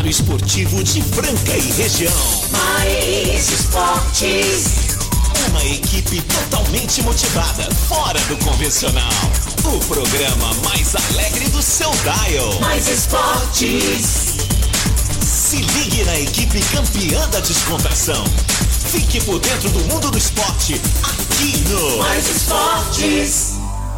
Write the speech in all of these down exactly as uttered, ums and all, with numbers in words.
noticiário esportivo de Franca e região. Mais Esportes. Uma equipe totalmente motivada, fora do convencional. O programa mais alegre do seu dial. Mais Esportes. Se ligue na equipe campeã da descontração. Fique por dentro do mundo do esporte, aqui no Mais Esportes.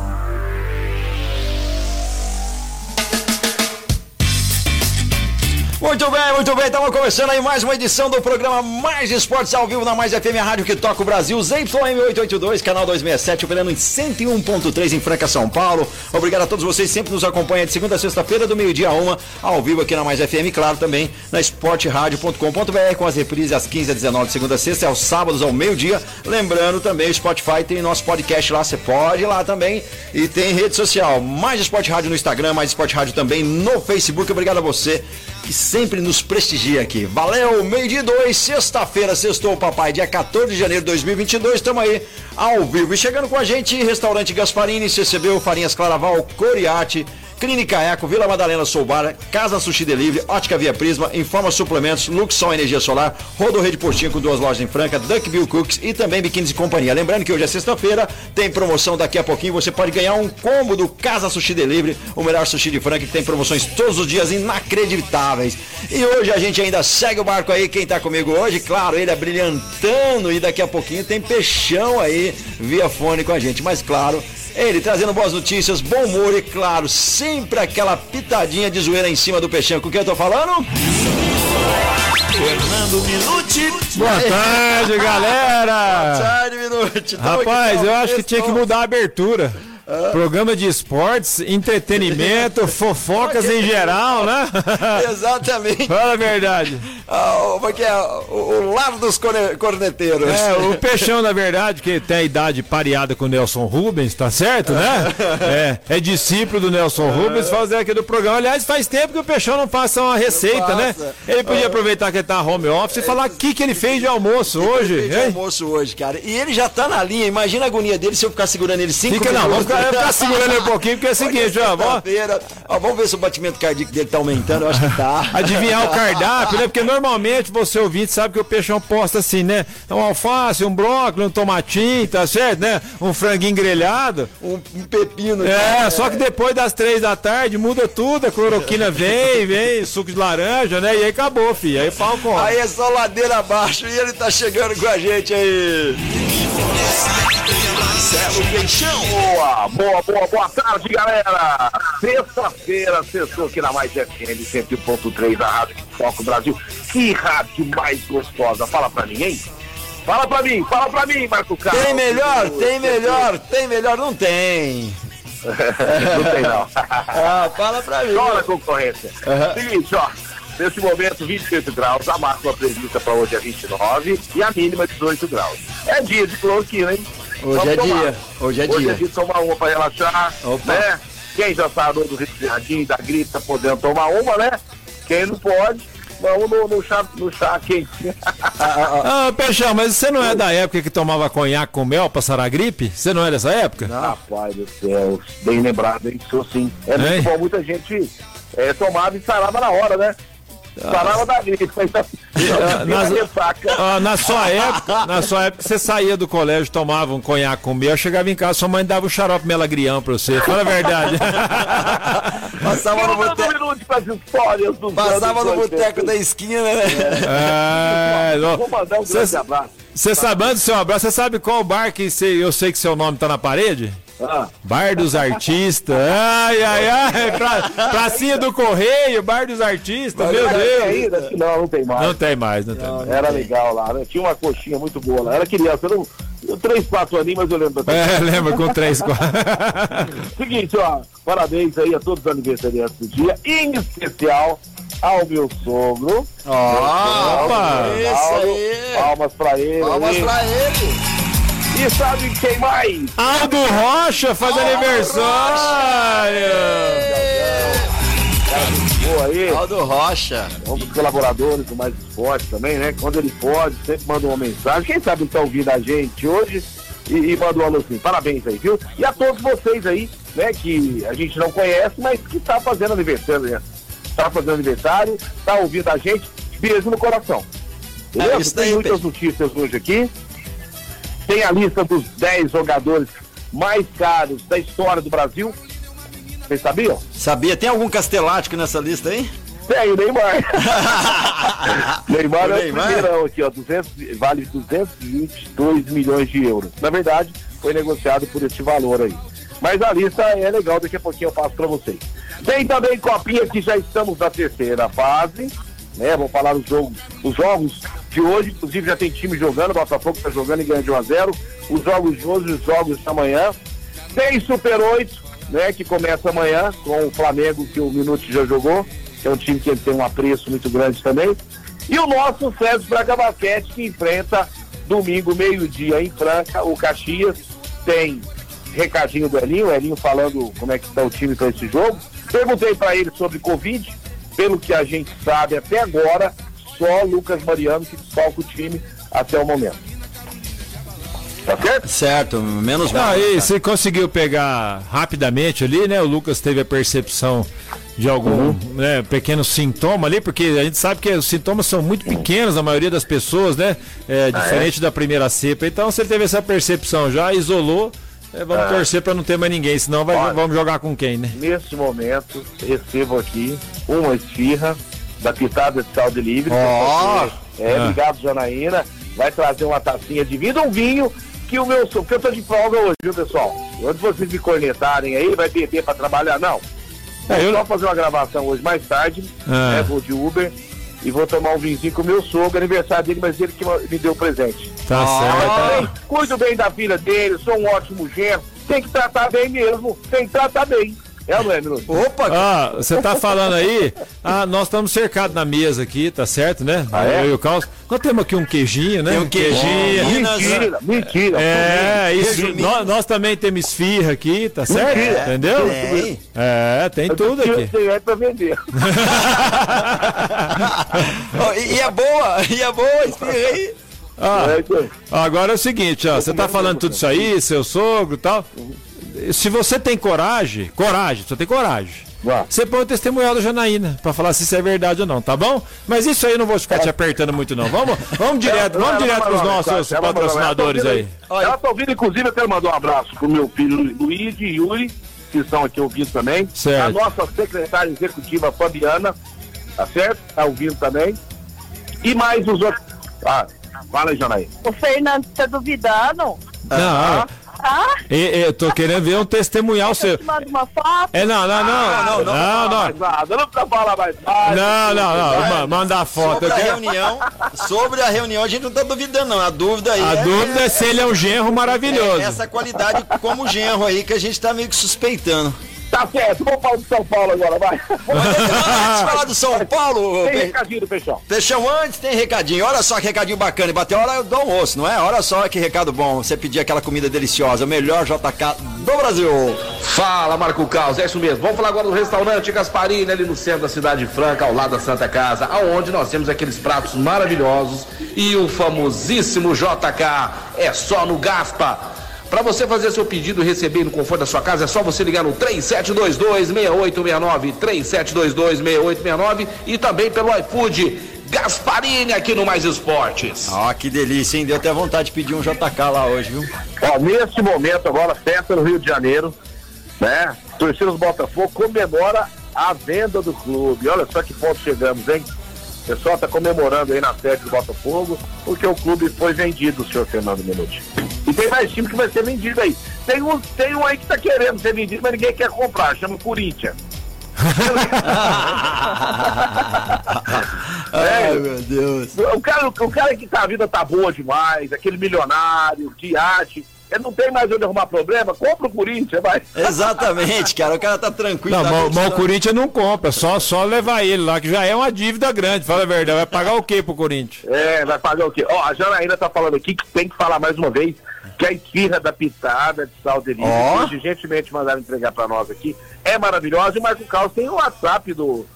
Muito bem, muito bem, estamos começando aí mais uma edição do programa Mais Esportes ao vivo na Mais F M, a rádio que toca o Brasil, Z Y M oitocentos e oitenta e dois, canal duzentos e sessenta e sete, operando em cento e um ponto três em Franca, São Paulo. Obrigado a todos vocês, sempre nos acompanham de segunda a sexta-feira, do meio-dia a uma, ao vivo aqui na Mais F M, claro, também na esporte rádio ponto com ponto b r, com as reprises às quinze às dezenove, de segunda a sexta, e aos sábados ao meio-dia. Lembrando também, o Spotify tem nosso podcast lá, você pode ir lá também, e tem rede social, Mais Esporte Rádio no Instagram, Mais Esporte Rádio também no Facebook. Obrigado a você que sempre nos prestigia aqui. Valeu, meio-dia dois, sexta-feira, sextou, papai, dia quatorze de janeiro de dois mil e vinte e dois, estamos aí ao vivo. E chegando com a gente, Restaurante Gasparini, C C B, Farinhas Claraval, Coriate, Clínica Eco, Vila Madalena Soubar, Casa Sushi Delivery, Ótica Via Prisma, Informa Suplementos, Luxol Energia Solar, Rodo Rede Postinho com duas lojas em Franca, Duck Bill Cooks e também Biquínis e Companhia. Lembrando que hoje é sexta-feira, tem promoção daqui a pouquinho, você pode ganhar um combo do Casa Sushi Delivery, o melhor sushi de Franca, que tem promoções todos os dias inacreditáveis. E hoje a gente ainda segue o barco aí, quem tá comigo hoje, claro, ele é brilhantando, e daqui a pouquinho tem Peixão aí via fone com a gente, mas claro, ele trazendo boas notícias, bom humor e, claro, sempre aquela pitadinha de zoeira em cima do Peixão. Com o que eu tô falando? Fernando Minuti. Boa tarde, galera. Boa tarde, Minuti. Rapaz, eu acho que tinha que mudar a abertura. Ah. Programa de esportes, entretenimento, fofocas em geral, né? Exatamente. Fala a verdade. Ah, porque é o, o lado dos corneteiros. É, o Peixão, na verdade, que tem a idade pareada com o Nelson Rubens, tá certo, né? É, é discípulo do Nelson Rubens, fazer aqui do programa. Aliás, faz tempo que o Peixão não passa uma receita, né? Ele podia aproveitar que ele tá home office e falar o que, que ele fez de almoço hoje. Ele fez de almoço hoje, cara. E ele já tá na linha, imagina a agonia dele se eu ficar segurando ele cinco Fica, minutos. Não, vamos ficar, ficar segurando ele um pouquinho, porque é o seguinte, ó, vamos... ó, vamos ver se o batimento cardíaco dele tá aumentando, eu acho que tá. Adivinhar o cardápio, né? Porque normalmente você ouvinte sabe que o Peixão posta assim, né? Um alface, um brócolis, um tomatinho, tá certo, né? Um franguinho grelhado. Um, um pepino. É, né? Só que depois das três da tarde muda tudo, a cloroquina vem, vem, suco de laranja, né? E aí acabou, filho. Aí o pau corre. Aí é só ladeira abaixo e ele tá chegando com a gente aí. Marcelo Peixão. Boa, boa, boa, boa tarde, galera. Sexta-feira, sextou aqui na Mais F M cento e um ponto três, a rádio que toca o Brasil. Que rádio mais gostosa. Fala pra mim, hein? Fala pra mim, fala pra mim, Marco Carlos. Tem melhor, tem melhor, tem melhor, não tem. Não tem, não. Ah, fala pra mim. Chora a concorrência. Uhum. Seguinte, ó. Nesse momento, vinte e oito graus, a máxima prevista para hoje é vinte e nove e a mínima dezoito graus. É dia de cloroquina, hein? Hoje Vamos é tomar. dia, hoje é hoje dia. Hoje é dia de tomar uma para relaxar, Opa. né? Quem já sarou do resfriadinho, da gripe, tá podendo tomar uma, né? Quem não pode, vamos no, no, chá, no chá quente. Ah, Peixão, mas você não é da época que tomava conhaque com mel pra sarar a gripe? Você não é dessa época? Não. Rapaz do céu, bem lembrado, hein? Sou sim. É muito é? bom, muita gente é, tomava e sarava na hora, né? Sarava da gripe, mas ah, na, ah, na sua época, na sua época, você saía do colégio, tomava um conhaque com mel, chegava em casa, sua mãe dava um xarope melagrião pra você. Fala a verdade. Passava no boteco. Passava no boteco da esquina, né? É, vou mandar um grande abraço. Você sabe, seu abraço, você sabe qual bar que cê, eu sei que seu nome tá na parede? Ah. Bar dos Artistas. Ai, ai, ai. Pra, pracinha do Correio, Bar dos Artistas, mas meu Deus. Ainda? Não, não tem mais. Não tem mais, não, não tem mais. Era legal lá, né? Tinha uma coxinha muito boa lá. Era criança, era um, três, quatro aninhos, mas eu lembro. É, lembra com três, quatro. Seguinte, ó, parabéns aí a todos os aniversariantes do dia, em especial ao meu sogro. Ó, opa! Isso aí! Palmas pra ele. Palmas aí. pra ele! E sabe quem mais? Aldo Rocha faz Aldo aniversário! Boa aí. Aldo Rocha. Um dos colaboradores do Mais Esporte também, né? Quando ele pode, sempre manda uma mensagem. Quem sabe ele tá ouvindo a gente hoje e, e manda um alô assim. Parabéns aí, viu? E a todos vocês aí, né? Que a gente não conhece, mas que tá fazendo aniversário, né? está fazendo aniversário, está ouvindo a gente, beijo no coração. Beleza? É, isso daí, tem muitas Peixe. notícias hoje aqui. Tem a lista dos dez jogadores mais caros da história do Brasil. Vocês sabiam? Sabia? Tem algum castelático nessa lista aí? Tem, o Neymar. Neymar O é o Neymar? primeirão aqui, ó, duzentos, vale duzentos e vinte e dois milhões de euros. Na verdade, foi negociado por esse valor aí. Mas a lista é legal, daqui a pouquinho eu passo para vocês. Tem também Copinha, que já estamos na terceira fase, né? Vou falar os jogos, os jogos de hoje, inclusive já tem time jogando, o Botafogo está jogando e ganhando de um a zero. Os jogos de hoje, os jogos de amanhã. Tem Super oito, né? Que começa amanhã com o Flamengo, que o Minuti já jogou, que é um time que tem um apreço muito grande também. E o nosso César Braga Basquete, que enfrenta domingo, meio-dia, em Franca, o Caxias. Tem recadinho do Elinho, o Elinho falando como é que está o time para esse jogo. Perguntei para ele sobre Covid, pelo que a gente sabe até agora, só Lucas Mariano que desfalca o time até o momento. Tá certo? Certo, menos mal. Aí, você conseguiu pegar rapidamente ali, né? O Lucas teve a percepção de algum uhum. né, pequeno sintoma ali, porque a gente sabe que os sintomas são muito pequenos na maioria das pessoas, né? É, diferente ah, é? da primeira cepa. Então, se ele teve essa percepção já, isolou, é, vamos ah. torcer para não ter mais ninguém, senão vai, Olha, vamos jogar com quem, né? Nesse momento, recebo aqui uma esfirra da Pitada de Sal Delivery. Oh. É, ah. Obrigado, Janaína. Vai trazer uma tacinha de vinho, um vinho que o meu, porque eu tô de folga hoje, viu, pessoal? Onde vocês me cornetarem aí, vai beber para trabalhar, não. É, eu... Só fazer uma gravação hoje mais tarde, ah. né, vou de Uber e vou tomar um vinhozinho com o meu sogro, aniversário dele, mas ele que me deu o presente. Tá ah, certo. Também, cuido bem da filha dele, sou um ótimo genro, tem que tratar bem mesmo, tem que tratar bem. É, não é, Minuto? Opa! Ah, você tá falando aí, ah, nós estamos cercados na mesa aqui, tá certo, né? Ah, é? Eu e o Carlos. Nós temos aqui um queijinho, né? Tem um queijinho. Mentira, mentira. É, isso. Nós, nós também temos esfirra aqui, tá certo? Mentira. Entendeu? Tem. É, tem eu tudo aqui. Eu pra vender. oh, e, e é boa, e é boa a esfirra aí. Ah, agora é o seguinte, ó, você tá falando tudo isso aí, seu sogro e tal. Se você tem coragem, coragem, você tem coragem. Ué. Você põe o testemunhal da Janaína pra falar se isso é verdade ou não, tá bom? Mas isso aí eu não vou ficar te apertando muito não. Vamos, vamos direto, ela, vamos ela, direto ela, pros ela, nossos ela, patrocinadores ela, aí. Ela tá ouvindo, inclusive, eu quero mandar um abraço pro meu filho Luiz e Yuri, que estão aqui ouvindo também. Certo. A nossa secretária executiva Fabiana, tá certo? Tá ouvindo também. E mais os outros. Ah, fala aí, Janaína. O Fernando tá duvidando? Não, Ah? eu, eu tô querendo ver um testemunhal seu. Te manda uma foto? É, não, não, não, Ah, não, não, não, não. Mais nada, não precisa falar mais nada. Não, não, não, ma- manda a foto. Sobre Eu a quero- reunião, sobre a reunião a gente não tá duvidando não, a dúvida aí A é, dúvida é se ele é um genro maravilhoso. é essa qualidade como genro aí que a gente tá meio que suspeitando. Tá certo, vamos falar de São Paulo agora, vai. Mas antes de falar do São Paulo, Tem Pe- recadinho do Peixão. Peixão, antes tem recadinho, olha só que recadinho bacana, e bateu a hora do almoço, não é? Olha só que recado bom, você pedir aquela comida deliciosa, o melhor J K do Brasil. Fala, Marco Caos, é isso mesmo. Vamos falar agora do restaurante Gasparini, ali no centro da cidade de Franca, ao lado da Santa Casa, aonde nós temos aqueles pratos maravilhosos e o famosíssimo J K. É só no Gaspa. Para você fazer seu pedido e receber no conforto da sua casa, é só você ligar no três sete dois dois, seis oito seis nove, três sete dois dois, seis oito seis nove e também pelo iFood. Gasparini aqui no Mais Esportes. Ó, que delícia, hein? Deu até vontade de pedir um J K lá hoje, viu? Ó, neste momento agora, festa no Rio de Janeiro, né? Torcida do Botafogo comemora a venda do clube. Olha só que ponto chegamos, hein? O pessoal tá comemorando aí na sede do Botafogo, porque o clube foi vendido, senhor Fernando Minuti. E tem mais time que vai ser vendido aí. Tem um, tem um aí que tá querendo ser vendido, mas ninguém quer comprar, chama Corinthians. Ai, meu Deus. O cara, o cara que tá, a vida tá boa demais, aquele milionário, que arte, ele não tem mais onde arrumar problema, compra o Corinthians, vai. Exatamente, cara, o cara tá tranquilo. Não, tá mas, curtindo. mas o Corinthians não compra, só, só levar ele lá, que já é uma dívida grande, fala a verdade. Vai pagar o quê pro Corinthians? É, vai pagar o quê? Ó, a Janaína tá falando aqui que tem que falar mais uma vez que a esfirra da Pitada de Sal Delivery, Ó. que gentilmente mandaram entregar pra nós aqui, é maravilhosa. E o Marco Carlos tem o WhatsApp do,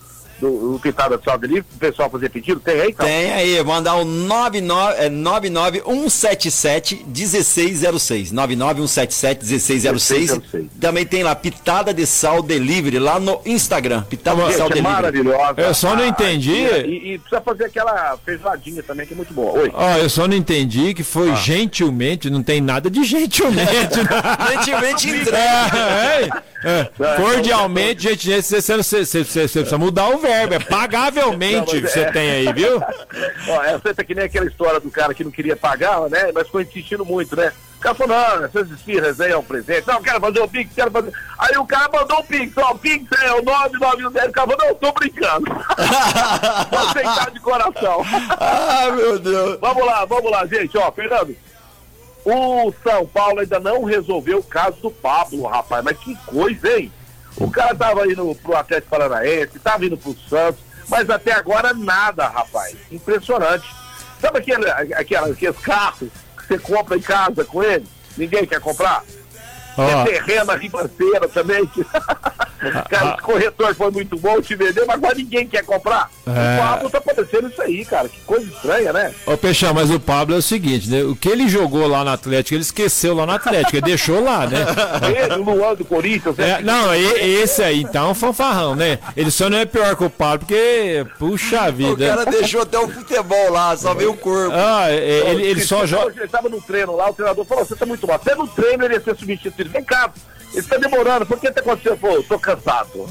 do, do Pitada Sal Delivery, o pessoal fazer pedido? Tem aí, então? Tem aí, mandar o nove nove um sete sete um seis zero seis. nove nove um sete sete um seis zero seis. Também tem lá, Pitada de Sal Delivery, lá no Instagram. Pitada Gente, de Sal é Delivery. maravilhosa. Eu só não entendi. E, e precisa fazer aquela feijoadinha também, que é muito boa. Oi. Ó, eu só não entendi que foi ah. gentilmente, não tem nada de gentilmente. Gentilmente entrega. É, é, é. Cordialmente, gentilmente, você, você, você, você, você precisa mudar o verbo, é pagavelmente que você é. tem aí, viu? Ó, essa é que nem aquela história do cara que não queria pagar, né? Mas ficou insistindo muito, né? O cara falou, não, essas esfirras aí é um presente. Não, quero fazer o Pix, quero fazer. Aí o cara mandou o Pix, ó, o Pix é o nove nove um zero. O cara falou, não, tô brincando. Vou aceitar de coração. Ah, meu Deus. Vamos lá, vamos lá, gente, ó, Fernando. O São Paulo ainda não resolveu o caso do Pablo, rapaz, mas que coisa, hein? O cara tava indo pro Atlético Paranaense, tava indo pro Santos, mas até agora nada, rapaz. Impressionante. Sabe aquele, aquele, aqueles carros que você compra em casa com ele? Ninguém quer comprar? Oh. Tem terreno, a ribanceira também. Cara, o corretor foi muito bom te vender, mas agora ninguém quer comprar. É. O Pablo tá acontecendo isso aí, cara. Que coisa estranha, né? Ô, Peixão, mas o Pablo é o seguinte, né? O que ele jogou lá no Atlético, ele esqueceu lá no Atlético, ele deixou lá, né? Ele, o Luan do Corinthians. É, não, esse aí, então, é um fanfarrão, né? Ele só não é pior que o Pablo, porque, puxa vida. O cara deixou até o futebol lá, só veio o corpo. Ah, ele, ele só joga. Ele tava no treino lá, o treinador falou, você tá muito mal. Até no treino ele ia ser substituído. Vem cá, ele tá demorando, por que tá acontecendo? Pô, tô cansado.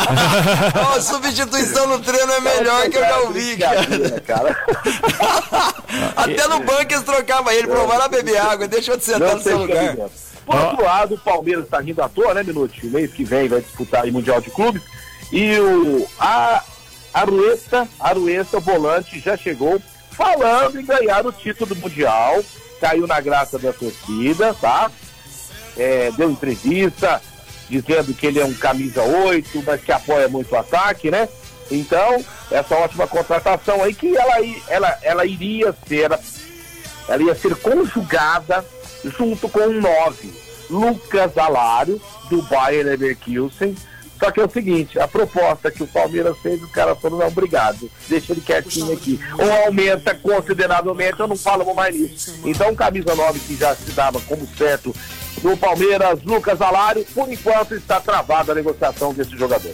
A substituição no treino é melhor que eu já ouvi, cara. cara. Até no banco eles trocavam ele, provaram a beber água, deixou de sentar no seu lugar. Por outro lado, o Palmeiras tá rindo à toa, né, Minuti? O mês que vem vai disputar aí Mundial de Clubes. E o a, Aruesta, Aruesta, o volante, já chegou falando em ganhar o título do Mundial. Caiu na graça da torcida, tá? É, deu entrevista dizendo que ele é um camisa oito, mas que apoia muito o ataque, né? Então, essa ótima contratação aí que ela, ela, ela iria ser ela ia ser conjugada junto com um nove, Lucas Alário, do Bayer Leverkusen. Só que é o seguinte, a proposta que o Palmeiras fez, os caras falaram, não, obrigado, deixa ele quietinho aqui. Ou aumenta consideravelmente, eu não falo mais nisso. Então, camisa nove que já se dava como certo do Palmeiras, Lucas Alário, por enquanto está travada a negociação desse jogador.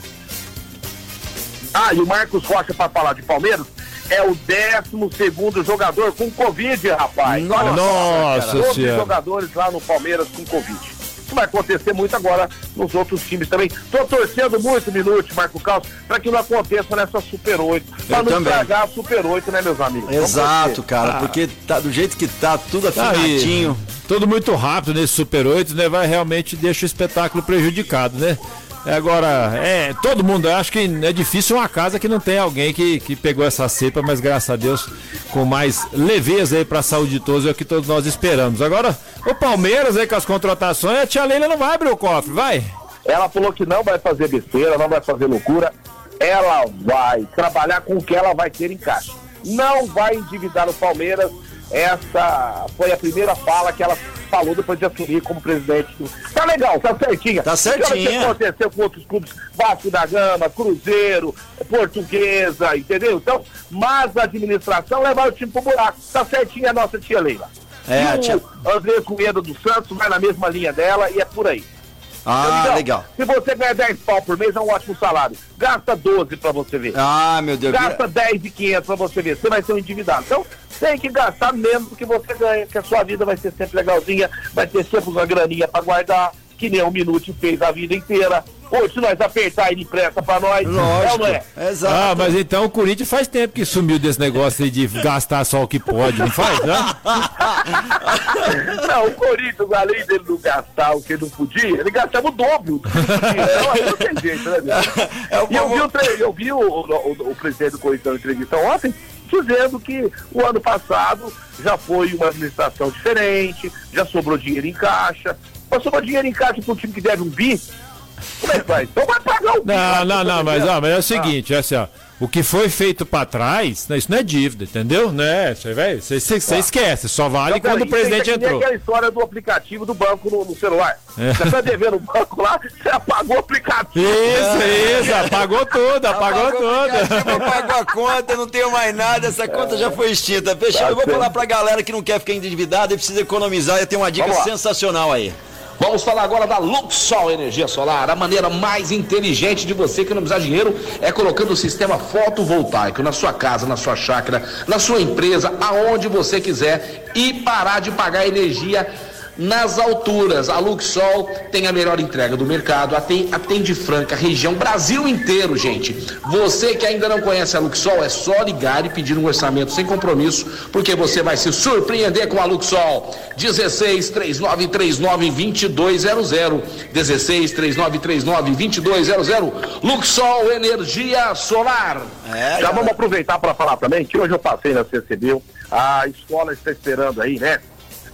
Ah, e o Marcos Rocha, para falar de Palmeiras, é o décimo segundo jogador com Covid, rapaz. Nossa, Nossa Todos os jogadores lá no Palmeiras com Covid. Isso vai acontecer muito agora nos outros times também. Tô torcendo muito, Minuto, Marco Carlos, para que não aconteça nessa Super oito. Para não estragar a Super oito, né, meus amigos? Exato, cara, ah. porque tá do jeito que tá, tudo afinadinho. Tá tudo muito rápido nesse Super oito, né? Vai realmente deixa o espetáculo prejudicado, né? Agora, é, todo mundo, eu acho que é difícil uma casa que não tem alguém que, que pegou essa cepa, mas graças a Deus, com mais leveza aí pra saúde de todos, é o que todos nós esperamos. Agora, o Palmeiras aí com as contratações, a tia Leila não vai abrir o cofre, vai? Ela falou que não vai fazer besteira, não vai fazer loucura, ela vai trabalhar com o que ela vai ter em caixa. Não vai endividar o Palmeiras, essa foi a primeira fala que ela falou depois de assumir como presidente. Tá legal, tá certinha. Tá certinha. O que aconteceu com outros clubes, Vasco da Gama, Cruzeiro, Portuguesa, entendeu? Então, mas a administração levar o time pro buraco. Tá certinha a nossa tia Leila. É, e o tia... André Cunha do Santos vai na mesma linha dela e é por aí. Ah, então, legal. Se você ganhar dez pau por mês, é um ótimo salário. Gasta doze pra você ver. Ah, meu Deus. Gasta dez e quinhentos pra você ver. Você vai ser um endividado. Então, tem que gastar menos do que você ganha, que a sua vida vai ser sempre legalzinha, vai ter sempre uma graninha pra guardar, que nem um Minuto fez a vida inteira. Hoje, se nós apertar, ele empresta pra nós. Lógico. É ou não é? Exato. Ah, mas então o Corinthians faz tempo que sumiu desse negócio aí de gastar só o que pode, não faz, né? Não, o Corinthians, além dele não gastar o que não podia, ele gastava o dobro. Então, aí não tem jeito, né, meu? É e eu vi, o, eu vi o, o, o presidente do Corinthians na entrevista ontem, dizendo que o ano passado já foi uma administração diferente, já sobrou dinheiro em caixa. Mas sobrou dinheiro em caixa para um time que deve um bi. Como é que vai? Então vai pagar o Não, não, não, mas, ó, mas é o seguinte, é assim, ó. O que foi feito pra trás, isso não é dívida, entendeu? Né? Você vai, você, você, você esquece, só vale então, quando o presidente tem que entrou. aquela história do aplicativo do banco no, no celular. É. Você tá devendo o banco lá, você apagou o aplicativo. Isso, isso, apagou tudo, apagou, apagou tudo. Apagou a conta, não tenho mais nada, essa conta é. já foi extinta. Fechou, eu vou falar pra galera que não quer ficar endividada e precisa economizar, eu tenho uma dica sensacional aí. Vamos falar agora da Luxol Energia Solar. A maneira mais inteligente de você economizar dinheiro é colocando o sistema fotovoltaico na sua casa, na sua chácara, na sua empresa, aonde você quiser e parar de pagar energia nas alturas. A Luxol tem a melhor entrega do mercado, atende, atende Franca, região, Brasil inteiro, gente. Você que ainda não conhece a Luxol, é só ligar e pedir um orçamento sem compromisso, porque você vai se surpreender com a Luxol. dezesseis, três nove três nove, dois dois zero zero. dezesseis, três nove três nove, dois dois zero zero. Luxol Energia Solar. É, já vamos aproveitar para falar também que hoje eu passei na C C B, a escola está esperando aí, né?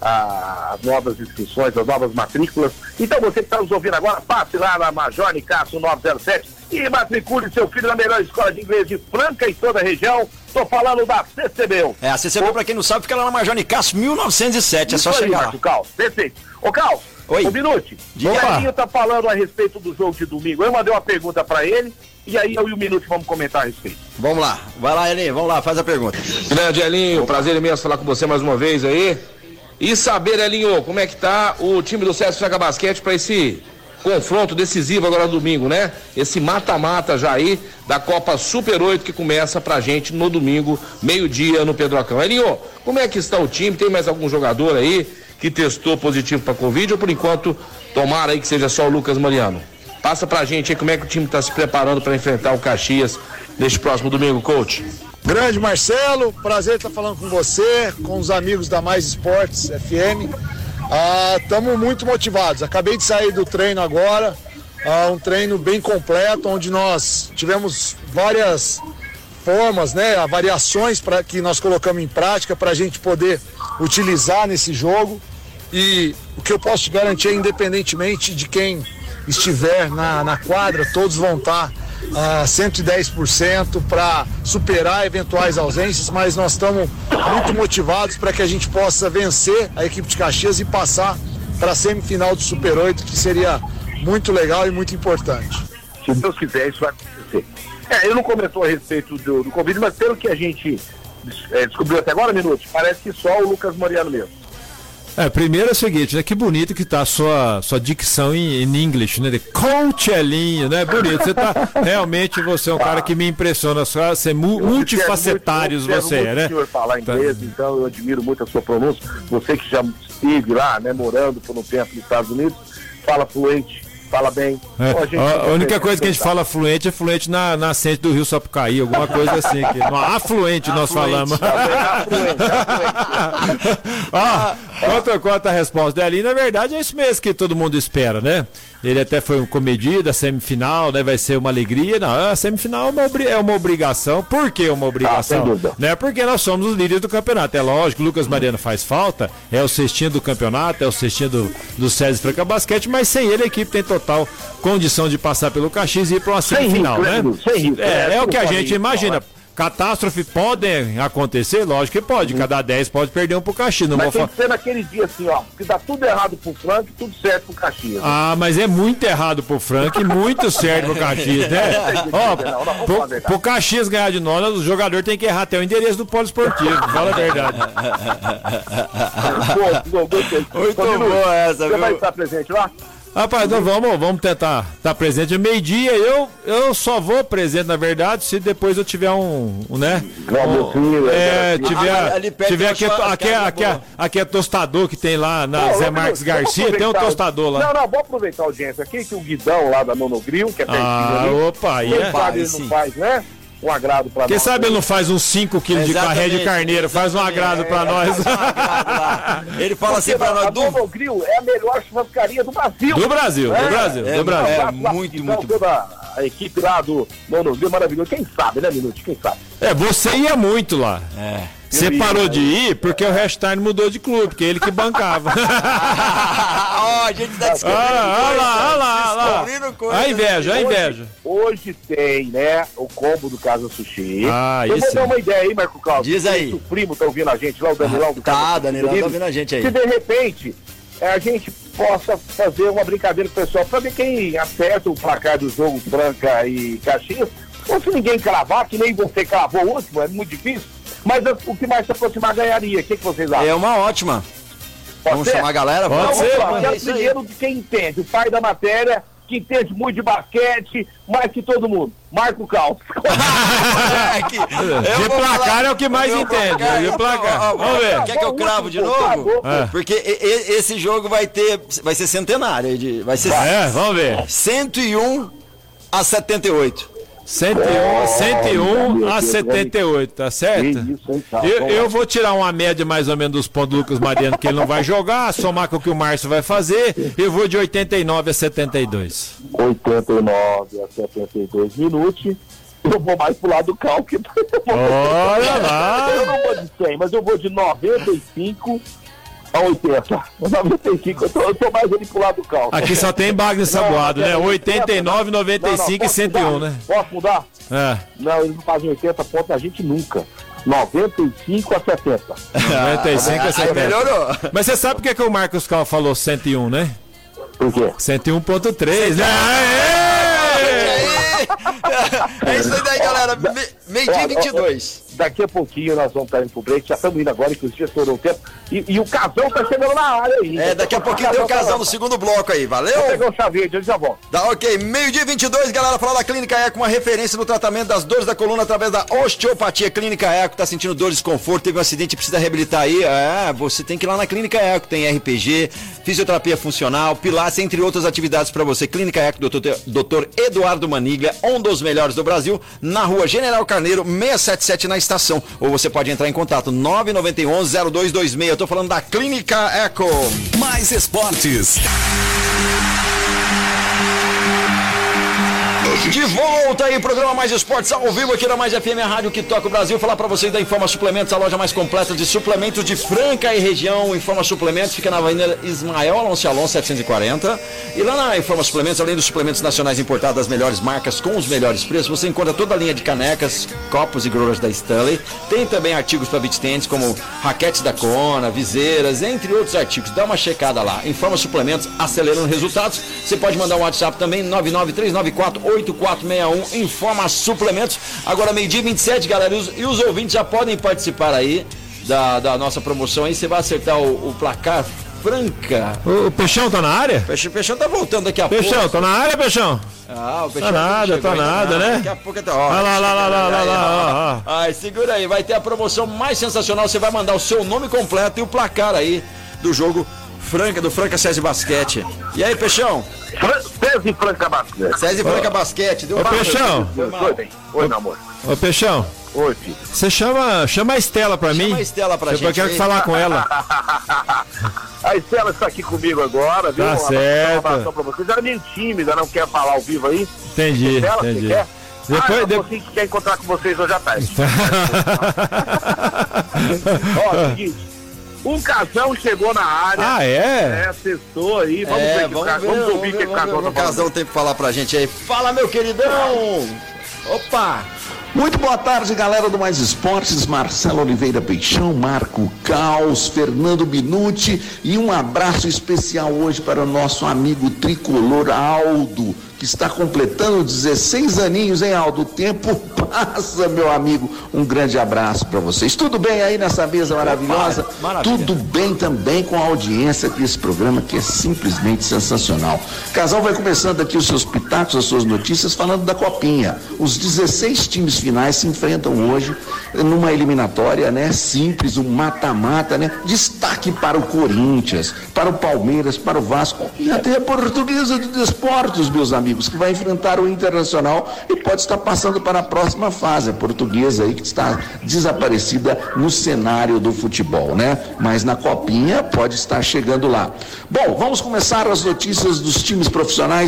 As novas inscrições, as novas matrículas. Então você que está nos ouvindo agora, passe lá na Major Nicasso nove zero sete e matricule seu filho na melhor escola de inglês de Franca e toda a região. Estou falando da C C B. É, a C C B, para quem não sabe, fica lá na Major Nicasso mil novecentos e sete, é só Isso chegar aí, lá. Marco Caos, perfeito. Ô Caos, Oi. um minuto. O Elinho tá falando a respeito do jogo de domingo. Eu mandei uma pergunta para ele e aí eu e o Minuto vamos comentar a respeito. Vamos lá, vai lá, Elinho, vamos lá, faz a pergunta. Grande Elinho, prazer imenso falar com você mais uma vez aí. E saber, Elinho, como é que tá o time do César Franca Basquete para esse confronto decisivo agora no domingo, né? Esse mata-mata já aí da Copa Super oito que começa pra gente no domingo, meio-dia no Pedrocão. Elinho, como é que está o time? Tem mais algum jogador aí que testou positivo pra Covid ou por enquanto tomara aí que seja só o Lucas Mariano? Passa pra gente aí como é que o time tá se preparando para enfrentar o Caxias neste próximo domingo, coach. Grande Marcelo, prazer estar falando com você, com os amigos da Mais Esportes F M. Estamos ah, muito motivados. Acabei de sair do treino agora, ah, um treino bem completo, onde nós tivemos várias formas, né, variações pra, que nós colocamos em prática para a gente poder utilizar nesse jogo. E o que eu posso te garantir é, independentemente de quem estiver na, na quadra, todos vão estar a cento e dez por cento para superar eventuais ausências, mas nós estamos muito motivados para que a gente possa vencer a equipe de Caxias e passar para a semifinal do Super oito, que seria muito legal e muito importante. Se Deus quiser, isso vai acontecer. É, ele não comentou a respeito do, do Covid, mas pelo que a gente é, descobriu até agora, Minuto, parece que só o Lucas Mariano mesmo. É, primeiro é o seguinte, né? Que bonito que tá a sua, sua dicção em, em inglês, né? De coach Elinho, né? Bonito. Você tá, realmente você é um cara que me impressiona, você é mu, multifacetários muito, você é, né? O senhor falar inglês, tá. Então eu admiro muito a sua pronúncia. Você que já esteve lá, né, morando por um tempo nos Estados Unidos, fala fluente. Fala bem. É. Pô, a, gente a única coisa que a gente fala fluente é fluente na nascente do Rio Sapucaí, alguma coisa assim. Que, no afluente nós falamos. Ah, quanto, quanto a resposta dele, na verdade é isso mesmo que todo mundo espera, né? Ele até foi comedido, a semifinal, né? Vai ser uma alegria. Não, a semifinal é uma, é uma obrigação. Por que uma obrigação? Ah, né? Porque nós somos os líderes do campeonato. É lógico, o Lucas Mariano faz falta, é o cestinho do campeonato, é o cestinho do, do César Franca Basquete, mas sem ele a equipe tem total condição de passar pelo Caxias e ir para uma semifinal, né? Sem risco, é, é, é o que a gente imagina. Catástrofe podem acontecer? Lógico que pode. Cada dez pode perder um pro Caxias. Não mas vou tem falar. que ser naquele dia assim, ó. Que dá tudo errado pro Frank e tudo certo pro Caxias. Ah, mas é muito errado pro Frank e muito certo pro Caxias, né? Ó, pro, pro Caxias ganhar de nós, o jogador tem que errar até o endereço do polo esportivo. Fala a verdade. Muito boa essa, Você viu? vai estar presente lá? Rapaz, então vamos, vamos tentar estar presente. Meio-dia, eu, eu só vou presente, na verdade, se depois eu tiver um, um né? Um, é, tiver, Ah, ali perto tiver tem aqui, uma aqui, aqui, aqui, aqui é tostador que tem lá na Pô, Zé ô, Marques Bruno, Garcia, vamos tem um aproveitar- tostador lá. Não, não, vou aproveitar a audiência aqui, que o Guidão lá da Nono Grill, que é pertinho Ah, ali, opa, aí quem é. sabe ele sim. não faz, né? Um agrado pra Quem nós. sabe ele não faz uns cinco quilos de Exatamente, carré de carneiro, faz um agrado pra nós. Faz um agrado lá. Ele fala assim pra a nós, Nono do... Grill é a melhor churrascaria do Brasil. Do Brasil, do Brasil, é, do Brasil. é, Um abraço lá, muito, então, muito toda a equipe lá do Nono Grill, maravilhoso. Quem sabe, né, Minuto? Quem sabe? É, você ia muito lá. É. Você parou de ir porque o Restart mudou de clube, porque ele que bancava. Ó, a gente tá descobrindo Ah, olha lá, olha lá, olha lá. descobrindo coisa. A inveja, a inveja. Hoje tem, né, o combo do Casa Sushi. Ah, Eu isso. vou dar uma ideia aí, Marco Carlos. Diz aí. O primo tá ouvindo a gente lá, o Danilão do Tá, Casa Danilão Sushi. tá ouvindo a gente aí. Se de repente é, a gente possa fazer uma brincadeira com o pessoal, pra ver quem acerta o placar do jogo Franca e Caxias, ou se ninguém cravar, que nem você cravou o último, é muito difícil, mas o que mais se aproximar ganharia. O que, que vocês acham? É uma ótima. Pode Vamos ser? chamar a galera? Pode Então, Vamos. ser, vamos lá, É quero isso aí. primeiro de quem entende, o pai da matéria, que entende muito de basquete, mais que todo mundo. Marco Cal. É que- eu De vou placar falar- é o que mais meu entende. placar, De placar. ó, ó, Vamos ver. Quer que eu cravo de novo? É. Porque e- e- esse jogo vai ter, vai ser centenário, de- vai ser É, vamos ver. cento e um a setenta e oito. cento e um, cento e um a setenta e oito, tá certo? Que isso, hein, cara? Eu, eu vou tirar uma média mais ou menos dos pontos do Lucas Mariano, que ele não vai jogar, somar com o que o Márcio vai fazer, eu vou de oitenta e nove a setenta e dois. oitenta e nove a setenta e dois minutos. Eu vou mais pro lado do Cal, que Olha lá! eu não vou de cem, mas eu vou de noventa e cinco a oitenta. noventa e cinco, eu tô, eu tô mais ali pro lado do Cal. Aqui só tem Bagner Saboado, né? oitenta e nove, noventa e cinco e cento e um, né? Posso mudar? É. Não, eles não fazem oitenta pontos, a gente nunca. noventa e cinco a setenta. noventa e cinco a Aí setenta. melhorou. Mas você sabe por que, que o Marcos Cal falou cento e um, né? Por quê? cento e um ponto três, né? Aê! É isso aí, daí, galera. Me- Meio-dia e vinte e dois. Daqui a pouquinho nós vamos estar indo pro break, já estamos indo agora, inclusive estourou o tempo. E, e o casão tá chegando na área aí. É, daqui a pouquinho tem o casal no segundo bloco aí, valeu? Vou pegar o chaveiro, eu já volto. Tá ok, meio-dia e vinte e dois, galera, falar da Clínica Eco, uma referência no tratamento das dores da coluna através da osteopatia. Clínica Eco, tá sentindo dor, desconforto, teve um acidente e precisa reabilitar aí, é, você tem que ir lá na Clínica Eco, tem R P G, fisioterapia funcional, pilates, entre outras atividades pra você. Clínica Eco, doutor, doutor Eduardo Maniglia, um dos melhores do Brasil, na rua General Carneiro, seiscentos e setenta e sete na estação. Ou você pode entrar em contato, nove nove um, zero dois dois seis, eu tô falando da Clínica Eco. Mais esportes. De volta aí, programa Mais Esportes ao vivo aqui na Mais F M, a rádio que toca o Brasil. Falar pra vocês da Informa Suplementos, a loja mais completa de suplementos de Franca e região. Informa Suplementos fica na Avenida Ismael Alonso Alonso setecentos e quarenta. E lá na Informa Suplementos, além dos suplementos nacionais importados das melhores marcas com os melhores preços, você encontra toda a linha de canecas, copos e growers da Stanley. Tem também artigos para beach tennis, como raquetes da Kona, viseiras, entre outros artigos. Dá uma checada lá. Informa Suplementos, acelerando resultados. Você pode mandar um WhatsApp também, nove nove três nove quatro oito quatro seis um, Informa Suplementos. Agora meio-dia e vinte e sete, galera, e os, e os ouvintes já podem participar aí da, da nossa promoção aí. Você vai acertar o, o placar Franca. O Peixão tá na área? Peixão, Peixão tá voltando daqui a Peixão, pouco. tá na área, Peixão? Ah, o Tá Peixão nada, chegou tá ainda nada, não. né? Daqui a pouco tá. Ó, Olha lá, lá, lá, lá, lá, lá, ó, ó. Ai, segura aí, vai ter a promoção mais sensacional. Você vai mandar o seu nome completo e o placar aí do jogo Franca, do Franca César Basquete. E aí, Peixão? César e Franca Basquete. César Franca Basquete. Deu Ô, uma- Peixão. Oi, bem. Oi, meu amor. Ô, Peixão, Oi, filho. você chama, chama a Estela pra mim. Chama a Estela pra Eu gente quero aí. falar com ela. A Estela está aqui comigo agora, viu? Tá Uma certo. informação pra vocês. Ela é meio tímida, não quer falar ao vivo aí. Entendi, Estela, você entendi. quer? Depois, ah, de- você que quer encontrar com vocês hoje à tarde. Ó, é o seguinte. Um casão chegou na área. Ah, é? É, acessou aí. Vamos É, ver que o vamos ca- ver, vamos vamos ouvir o ver, que o vamos ver casão o que tá o Casão tem pra falar pra gente aí. Fala, meu queridão! Opa! Muito boa tarde, galera do Mais Esportes, Marcelo Oliveira Peixão, Marco Caos, Fernando Binucci e um abraço especial hoje para o nosso amigo tricolor Aldo, que está completando dezesseis aninhos, hein, Aldo? O tempo passa, meu amigo. Um grande abraço para vocês. Tudo bem aí nessa mesa maravilhosa? Maravilha. Tudo bem também com a audiência desse programa, que é simplesmente sensacional. Casal vai começando aqui os seus pitacos, as suas notícias, falando da Copinha. Os dezesseis times finais se enfrentam hoje numa eliminatória, né? Simples, um mata-mata, né? Destaque para o Corinthians, para o Palmeiras, para o Vasco e até a Portuguesa de Desportos, meus amigos, que vai enfrentar o Internacional e pode estar passando para a próxima fase. A Portuguesa aí que está desaparecida no cenário do futebol, né? Mas na Copinha pode estar chegando lá. Bom, vamos começar as notícias dos times profissionais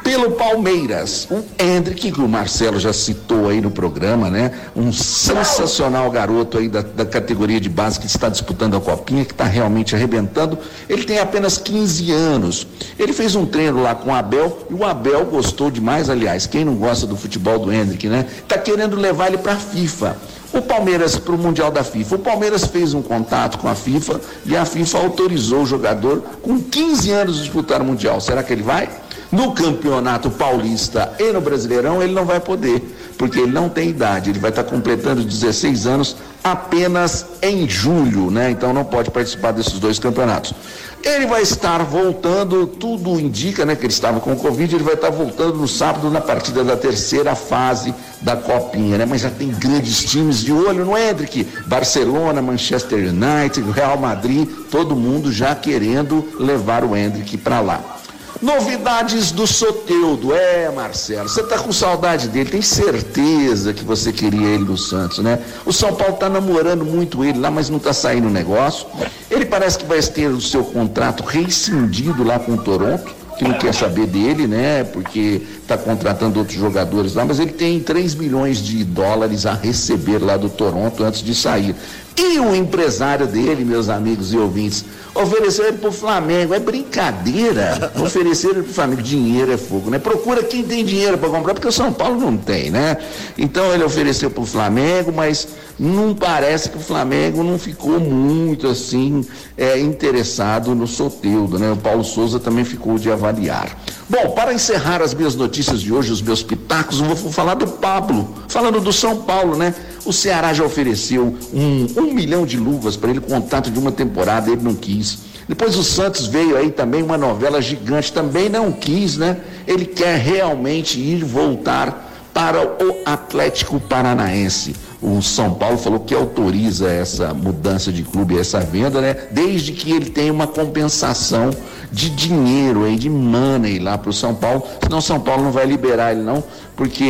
Pelo Palmeiras, o Hendrick, que o Marcelo já citou aí no programa, né? Um sensacional garoto aí da, da categoria de base que está disputando a Copinha, que está realmente arrebentando. Ele tem apenas quinze anos. Ele fez um treino lá com o Abel e o Abel gostou demais, aliás, quem não gosta do futebol do Hendrick, né? Tá querendo levar ele para a FIFA. O Palmeiras para o Mundial da FIFA. O Palmeiras fez um contato com a FIFA e a FIFA autorizou o jogador com quinze anos de disputar o Mundial. Será que ele vai? No Campeonato Paulista e no Brasileirão ele não vai poder, porque ele não tem idade, ele vai estar completando dezesseis anos apenas em julho, né? Então não pode participar desses dois campeonatos. Ele vai estar voltando, tudo indica, né, que ele estava com Covid, ele vai estar voltando no sábado na partida da terceira fase da Copinha, né? Mas já tem grandes times de olho no Hendrick, Barcelona, Manchester United, Real Madrid, todo mundo já querendo levar o Hendrick para lá. Novidades do Soteldo. É, Marcelo, você tá com saudade dele, tem certeza que você queria ele no Santos, né? O São Paulo tá namorando muito ele lá, mas não tá saindo o negócio. Ele parece que vai ter o seu contrato rescindido lá com o Toronto, que não quer saber dele, né? Porque tá contratando outros jogadores lá, mas ele tem três milhões de dólares a receber lá do Toronto antes de sair. E o empresário dele, meus amigos e ouvintes, ofereceu ele pro Flamengo. É brincadeira oferecer ele pro Flamengo. Dinheiro é fogo, né? Procura quem tem dinheiro para comprar, porque o São Paulo não tem, né? Então ele ofereceu pro Flamengo, mas não parece que o Flamengo não ficou muito assim é, interessado no Soteldo, né? O Paulo Souza também ficou de avaliar. Bom, para encerrar as minhas notícias de hoje, os meus pitacos, eu vou falar do Pablo, falando do São Paulo, né? O Ceará já ofereceu um, um milhão de luvas para ele, contrato de uma temporada, ele não quis. Depois o Santos veio aí também, uma novela gigante, também não quis, né? Ele quer realmente ir voltar para o Atlético Paranaense. O São Paulo falou que autoriza essa mudança de clube, essa venda, né? Desde que ele tenha uma compensação de dinheiro aí, de money lá para o São Paulo, senão o São Paulo não vai liberar ele não, porque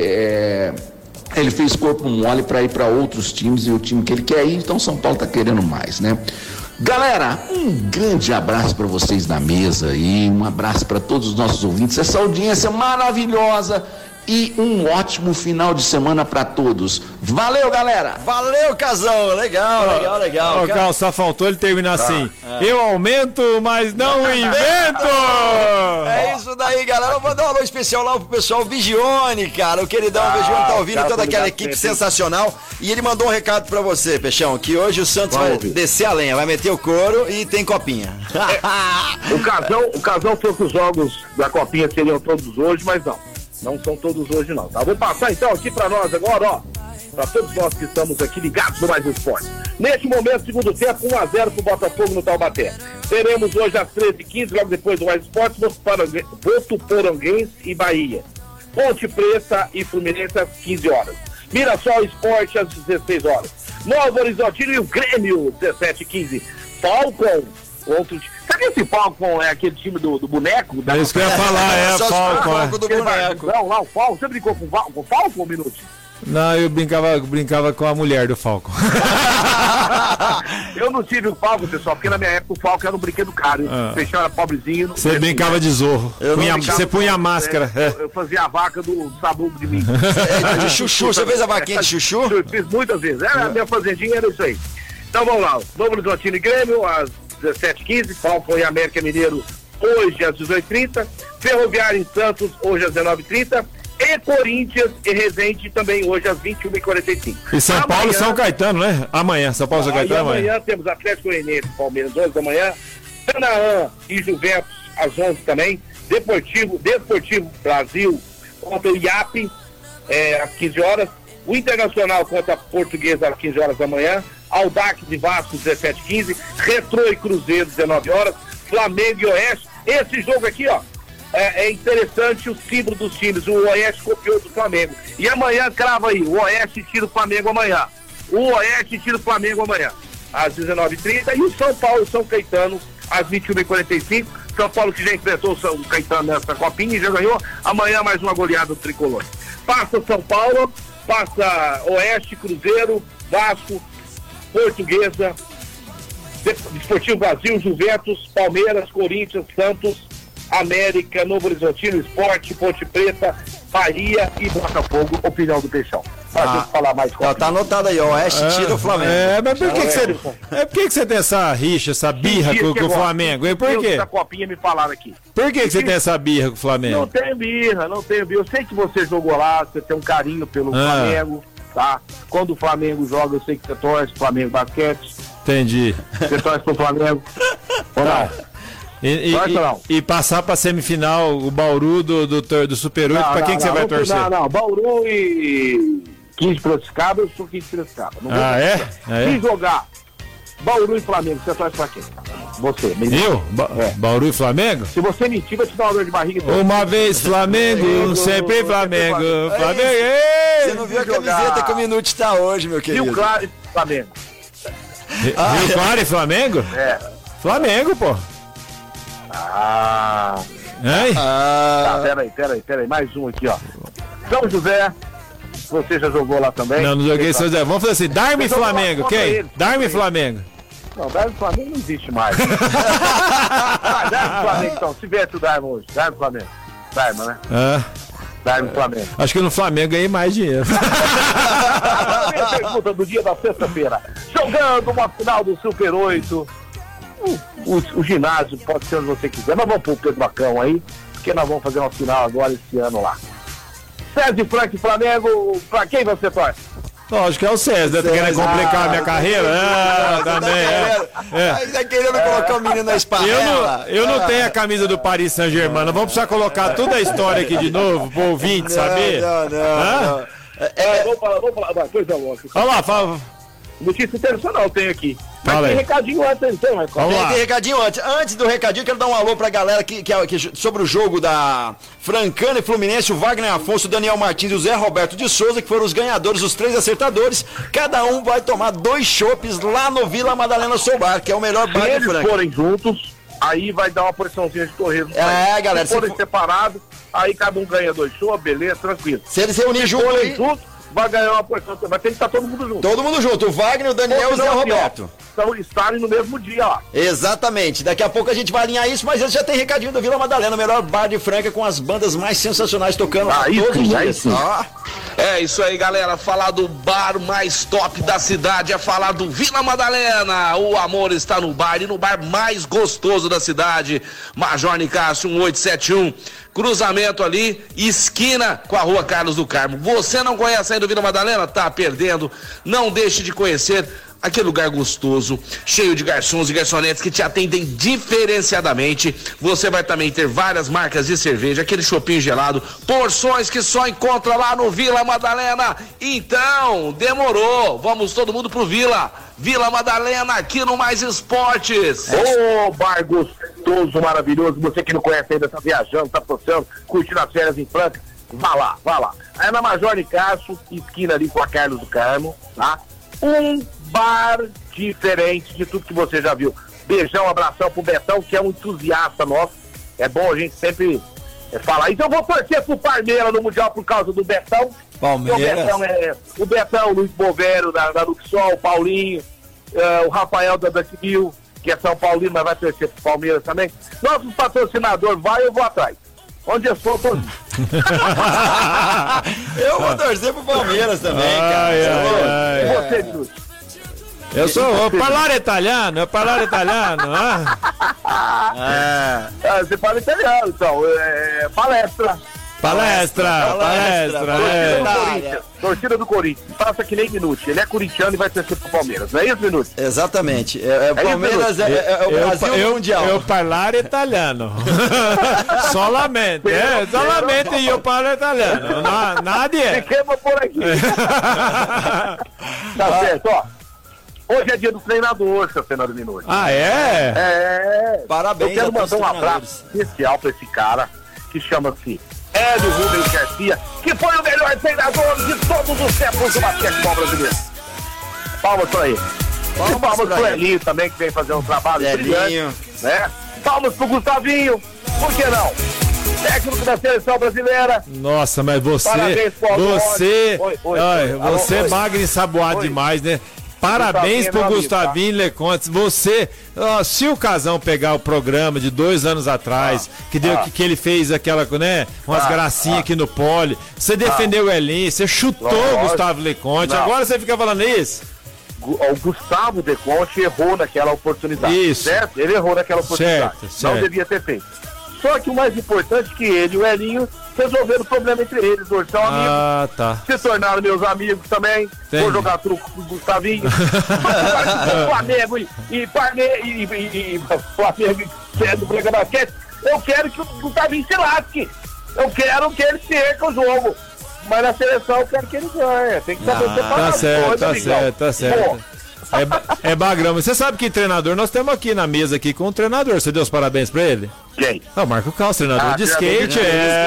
é, ele fez corpo mole para ir para outros times e o time que ele quer ir, então o São Paulo está querendo mais, né? Galera, um grande abraço para vocês na mesa e um abraço para todos os nossos ouvintes, essa audiência maravilhosa. E um ótimo final de semana para todos. Valeu, galera! Valeu, Casão! Legal, oh, legal, legal. Ô, Carlos, só faltou ele terminar tá. assim. É. Eu aumento, mas não invento! É isso daí, galera. Vou mandar um alô especial lá pro pessoal Vigione, cara. O queridão ah, Vigione tá ouvindo, toda aquela equipe sempre. sensacional. E ele mandou um recado pra você, Peixão, que hoje o Santos Vamos vai ouvir. descer a lenha, vai meter o couro e tem copinha. É, o Casão, o Casão falou que os jogos da copinha seriam todos hoje, mas não. Não são todos hoje não, tá? Vou passar então aqui pra nós agora, ó, pra todos nós que estamos aqui ligados no Mais Esporte. Neste momento, segundo tempo, um a zero pro Botafogo no Taubaté. Teremos hoje às treze e quinze, logo depois do Mais Esporte, Botuporanguense e Bahia. Ponte Preta e Fluminense às quinze horas. Mirassol Esporte às dezesseis horas. Novo Horizontino e o Grêmio, dezessete e quinze. Falcon, outro time. Sabe esse Falcon é aquele time do, do boneco? Da... É isso que eu ia falar, é, Só Falcon. Falcon do boneco. Não, lá o Falcon. Você brincou com o Falcon um minuto? Não, eu brincava, brincava com a mulher do Falcon. Eu não tive o Falcon, pessoal, porque na minha época o Falcon era um brinquedo caro. Ah. O Peixão era pobrezinho. Você brincava de zorro. Punha, você punha a máscara. É, é. Eu fazia a vaca do, do sabugo de mim. É, de chuchu, você fez a vaquinha de chuchu? Eu fiz muitas vezes. Era, a minha fazendinha era isso aí. Então vamos lá. Novo Horizontino e Grêmio, às dezessete e quinze. Falcon e América Mineiro, hoje às dezoito e trinta. Ferroviário em Santos, hoje às dezenove e trinta. E Corinthians e Resende também hoje às vinte e uma e quarenta e cinco. E São amanhã, Paulo e São Caetano, né? Amanhã, São Paulo e São Caetano amanhã. Amanhã temos Atlético Goianiense, Palmeiras, onze da manhã. Canaã e Juventus às onze também. Deportivo, Desportivo Brasil contra o I A P é, às quinze horas. O Internacional contra a Portuguesa às quinze horas da manhã. Audax e Vasco dezessete e quinze. Retrô e Cruzeiro dezenove horas. Flamengo e Oeste. Esse jogo aqui, ó. É, é interessante o símbolo dos times. O Oeste copiou do Flamengo. E amanhã, crava aí, o Oeste tira o Flamengo amanhã. O Oeste tira o Flamengo amanhã, às dezenove e trinta. E o São Paulo, São Caetano, às vinte e uma e quarenta e cinco. São Paulo que já enfrentou o São Caetano nessa copinha e já ganhou. Amanhã mais uma goleada do Tricolor. Passa São Paulo, passa Oeste, Cruzeiro, Vasco, Portuguesa, Desportivo Brasil, Juventus, Palmeiras, Corinthians, Santos, América, Novo Horizontino, Sport, Ponte Preta, Bahia e Botafogo, opinião do Peixão. Pra Ah, gente falar mais Ó, tá anotado aí, ó. Oeste tira o Flamengo. É, mas por que, Não, que você. É, por que, que você tem essa rixa, essa birra com, com o Flamengo? E por quê? Essa copinha me falaram aqui. Por que, que você tem essa birra com o Não Flamengo? tem birra, não tem birra. Eu sei que você jogou lá, você tem um carinho pelo Ah. Flamengo, tá? Quando o Flamengo joga, eu sei que você torce, Flamengo Basquete, Entendi. você torce pro Flamengo. Ou não? E, e, Vai, não. e, e passar pra semifinal o Bauru do, do, do, do Super oito, Não, pra quem não, que você não, vai não, torcer? Não, não, Bauru e quinze Piracicaba, eu sou quinze Piracicaba. Não vou Ah, é? torcer. Ah, é? Se jogar Bauru e Flamengo, você torce pra quem? Você, menino. Eu? Ba É. Bauru e Flamengo? Se você mentir, vai te dar uma dor de barriga. e tudo. Uma vez Flamengo, Flamengo, sempre Flamengo. Flamengo. Flamengo, Você ei! não viu a jogar. camiseta que o Minuto tá hoje, meu querido? Rio Claro e Flamengo. Rio Claro e Flamengo? É. Flamengo, pô. Ah. Hein? Tá, Ah, peraí, peraí, peraí. Mais um aqui, ó. São José. Você já jogou lá também? Não, não joguei São José. Vamos fazer assim, Darme Então, Flamengo, contra quem? ele. Darme Flamengo. Não, Darme Flamengo não existe mais. ah, Darme Flamengo, então. Se vier o Darme hoje. Darme Flamengo. Darme, né? Ah, Darme Flamengo. acho que no Flamengo ganhei mais dinheiro. Agora vem a pergunta do dia da sexta-feira. Jogando uma final do Super oito. O, o, o ginásio pode ser onde você quiser. Nós vamos pôr o Pedro Bacão aí, porque nós vamos fazer uma final agora esse ano lá. Sérgio Frank Flamengo, pra quem você torce? Lógico que é o César, tá querendo complicar a minha carreira? Ah, você tá também, é. querendo, é. Aí tá querendo colocar o menino na Eu esparrela. não, eu não tenho a camisa do Paris Saint-Germain, não vamos precisar colocar toda a história aqui de novo, pro ouvinte saber? Não, não, Hã? não. É, vamos falar, vamos falar, vai, coisa louca. Olha lá, fala. Notícia internacional tem aqui. Mas Fala tem aí. recadinho antes, não tem, Marcos? Vamos Tem, lá. tem recadinho antes. Antes do recadinho, quero dar um alô pra galera que, que, que- sobre o jogo da Francana e Fluminense, o Wagner Afonso, o Daniel Martins e o Zé Roberto de Souza, que foram os ganhadores, os três acertadores. Cada um vai tomar dois chopes lá no Vila Madalena Sobar, que é o melhor Se bar de eles Franca. forem juntos, aí vai dar uma porçãozinha de torresmo. É, galera, Se se forem for- separados, aí cada um ganha dois shows, beleza, tranquilo. Se eles se unirem junto Forem aí, juntos, vai ganhar uma porção. Vai ter que estar todo mundo junto. todo mundo junto, o Wagner, o Daniel e o Zé Senão, assim, ó, Roberto. Então estarem no mesmo dia lá. Exatamente. Daqui a pouco a gente vai alinhar isso, mas antes já tem recadinho do Vila Madalena, o melhor bar de Franca com as bandas mais sensacionais tocando lá Aí todos os sim, aí dias. sim. Ó. É isso aí, galera. Falar do bar mais top da cidade é falar do Vila Madalena. O amor está no bar e no bar mais gostoso da cidade. Major Nicásio um oito sete um. Cruzamento ali, esquina com a rua Carlos do Carmo. Você não conhece ainda o Vila Madalena? Tá perdendo. Não deixe de conhecer aquele lugar gostoso, cheio de garçons e garçonetes que te atendem diferenciadamente. Você vai também ter várias marcas de cerveja, aquele chopinho gelado, porções que só encontra lá no Vila Madalena. Então, demorou. Vamos todo mundo pro Vila. Vila Madalena, aqui no Mais Esportes. Ô, bar gostoso, maravilhoso. Você que não conhece ainda, tá viajando, tá passeando, curtindo as férias em Franca, vá lá, vá lá. É na Major Nicásio, esquina ali com a Carlos do Carmo, tá? Um bar diferente de tudo que você já viu. Beijão, abração pro Betão, que é um entusiasta nosso. É bom a gente sempre é, falar. Então eu vou torcer pro Palmeiras no Mundial por causa do Betão. Palmeiras. O Betão, é, o Betão, o Luiz Bovero da, da Luxol, o Paulinho, é, o Rafael da Danquil, que é São Paulino, mas vai torcer pro Palmeiras também. Nossos patrocinadores, vai, eu vou atrás. Onde eu sou, eu tô... Eu vou torcer pro Palmeiras também, cara. Ai, ai, E ai. você, Minuto? Eu sou, eu falar italiano, eu falar italiano, ah? É. Ah, você fala italiano, então. É, palestra. Palestra, palestra, Torcida é. do Corinthians. Torcida do Corinthians. Faça que nem Minuti. Ele é corintiano e vai torcer pro Palmeiras. Não é isso, Minuti? Exatamente. É, é, o Palmeiras é, é- é o Eu, Brasil eu, mundial. eu falar italiano. Solamente, é, solamente eu falo italiano. Na, Se nadie. queima por aqui. Tá certo, ó. Hoje é dia do treinador, seu Fernando Minuti. Ah, é? É. Parabéns Eu quero a todos mandar um os abraço especial pra esse cara que chama-se Hélio Rubens Garcia, que foi o melhor treinador de todos os tempos do basquetebol brasileiro. Palmas pra ele. Palmas E palmas pra pro ele. Elinho também, que vem fazer um trabalho Elinho. brilhante, né? Palmas pro Gustavinho, por que não? Técnico da seleção brasileira. Nossa, mas você, Parabéns, Paulo. você, Oi, oi, ai, oi. Alô, você é oi. magro e ensaboado Oi. demais, né? Parabéns Gustavinho, pro meu Gustavinho amigo, Lecontes. Você, ó, se o Casão pegar o programa de dois anos atrás, Ah, que, deu, ah. que, que ele fez aquela, né, umas Ah, gracinhas ah. aqui no pole, você defendeu o Elinho, você chutou o Lógico. Gustavo Leconte, Não. agora você fica falando isso? Gu- O Gustavo Deconte errou naquela oportunidade. Isso. Certo? Ele errou naquela oportunidade. Certo, Não certo. devia ter feito. Só que o mais importante é que ele e o Elinho resolveram o problema entre eles. Hoje são amigos. Ah, tá. Se tornaram meus amigos também. Entendi. Vou jogar truco com o Gustavinho. Flamengo e, e, Parne- e, e, e, e Flamengo sendo programa basquete. Eu quero que o Gustavinho se lasque. Eu quero que ele perca o jogo. Mas na seleção eu quero que ele ganhe. Tem que saber Ah, separar Tá as certo, coisas, tá amigão. certo, tá certo. Pô, É, ba- é bagrama. Você sabe que treinador, nós temos aqui na mesa aqui com o treinador. Você deu os parabéns pra ele? quem? Ah, o Marco Caos, treinador Ah, de treinador skate. de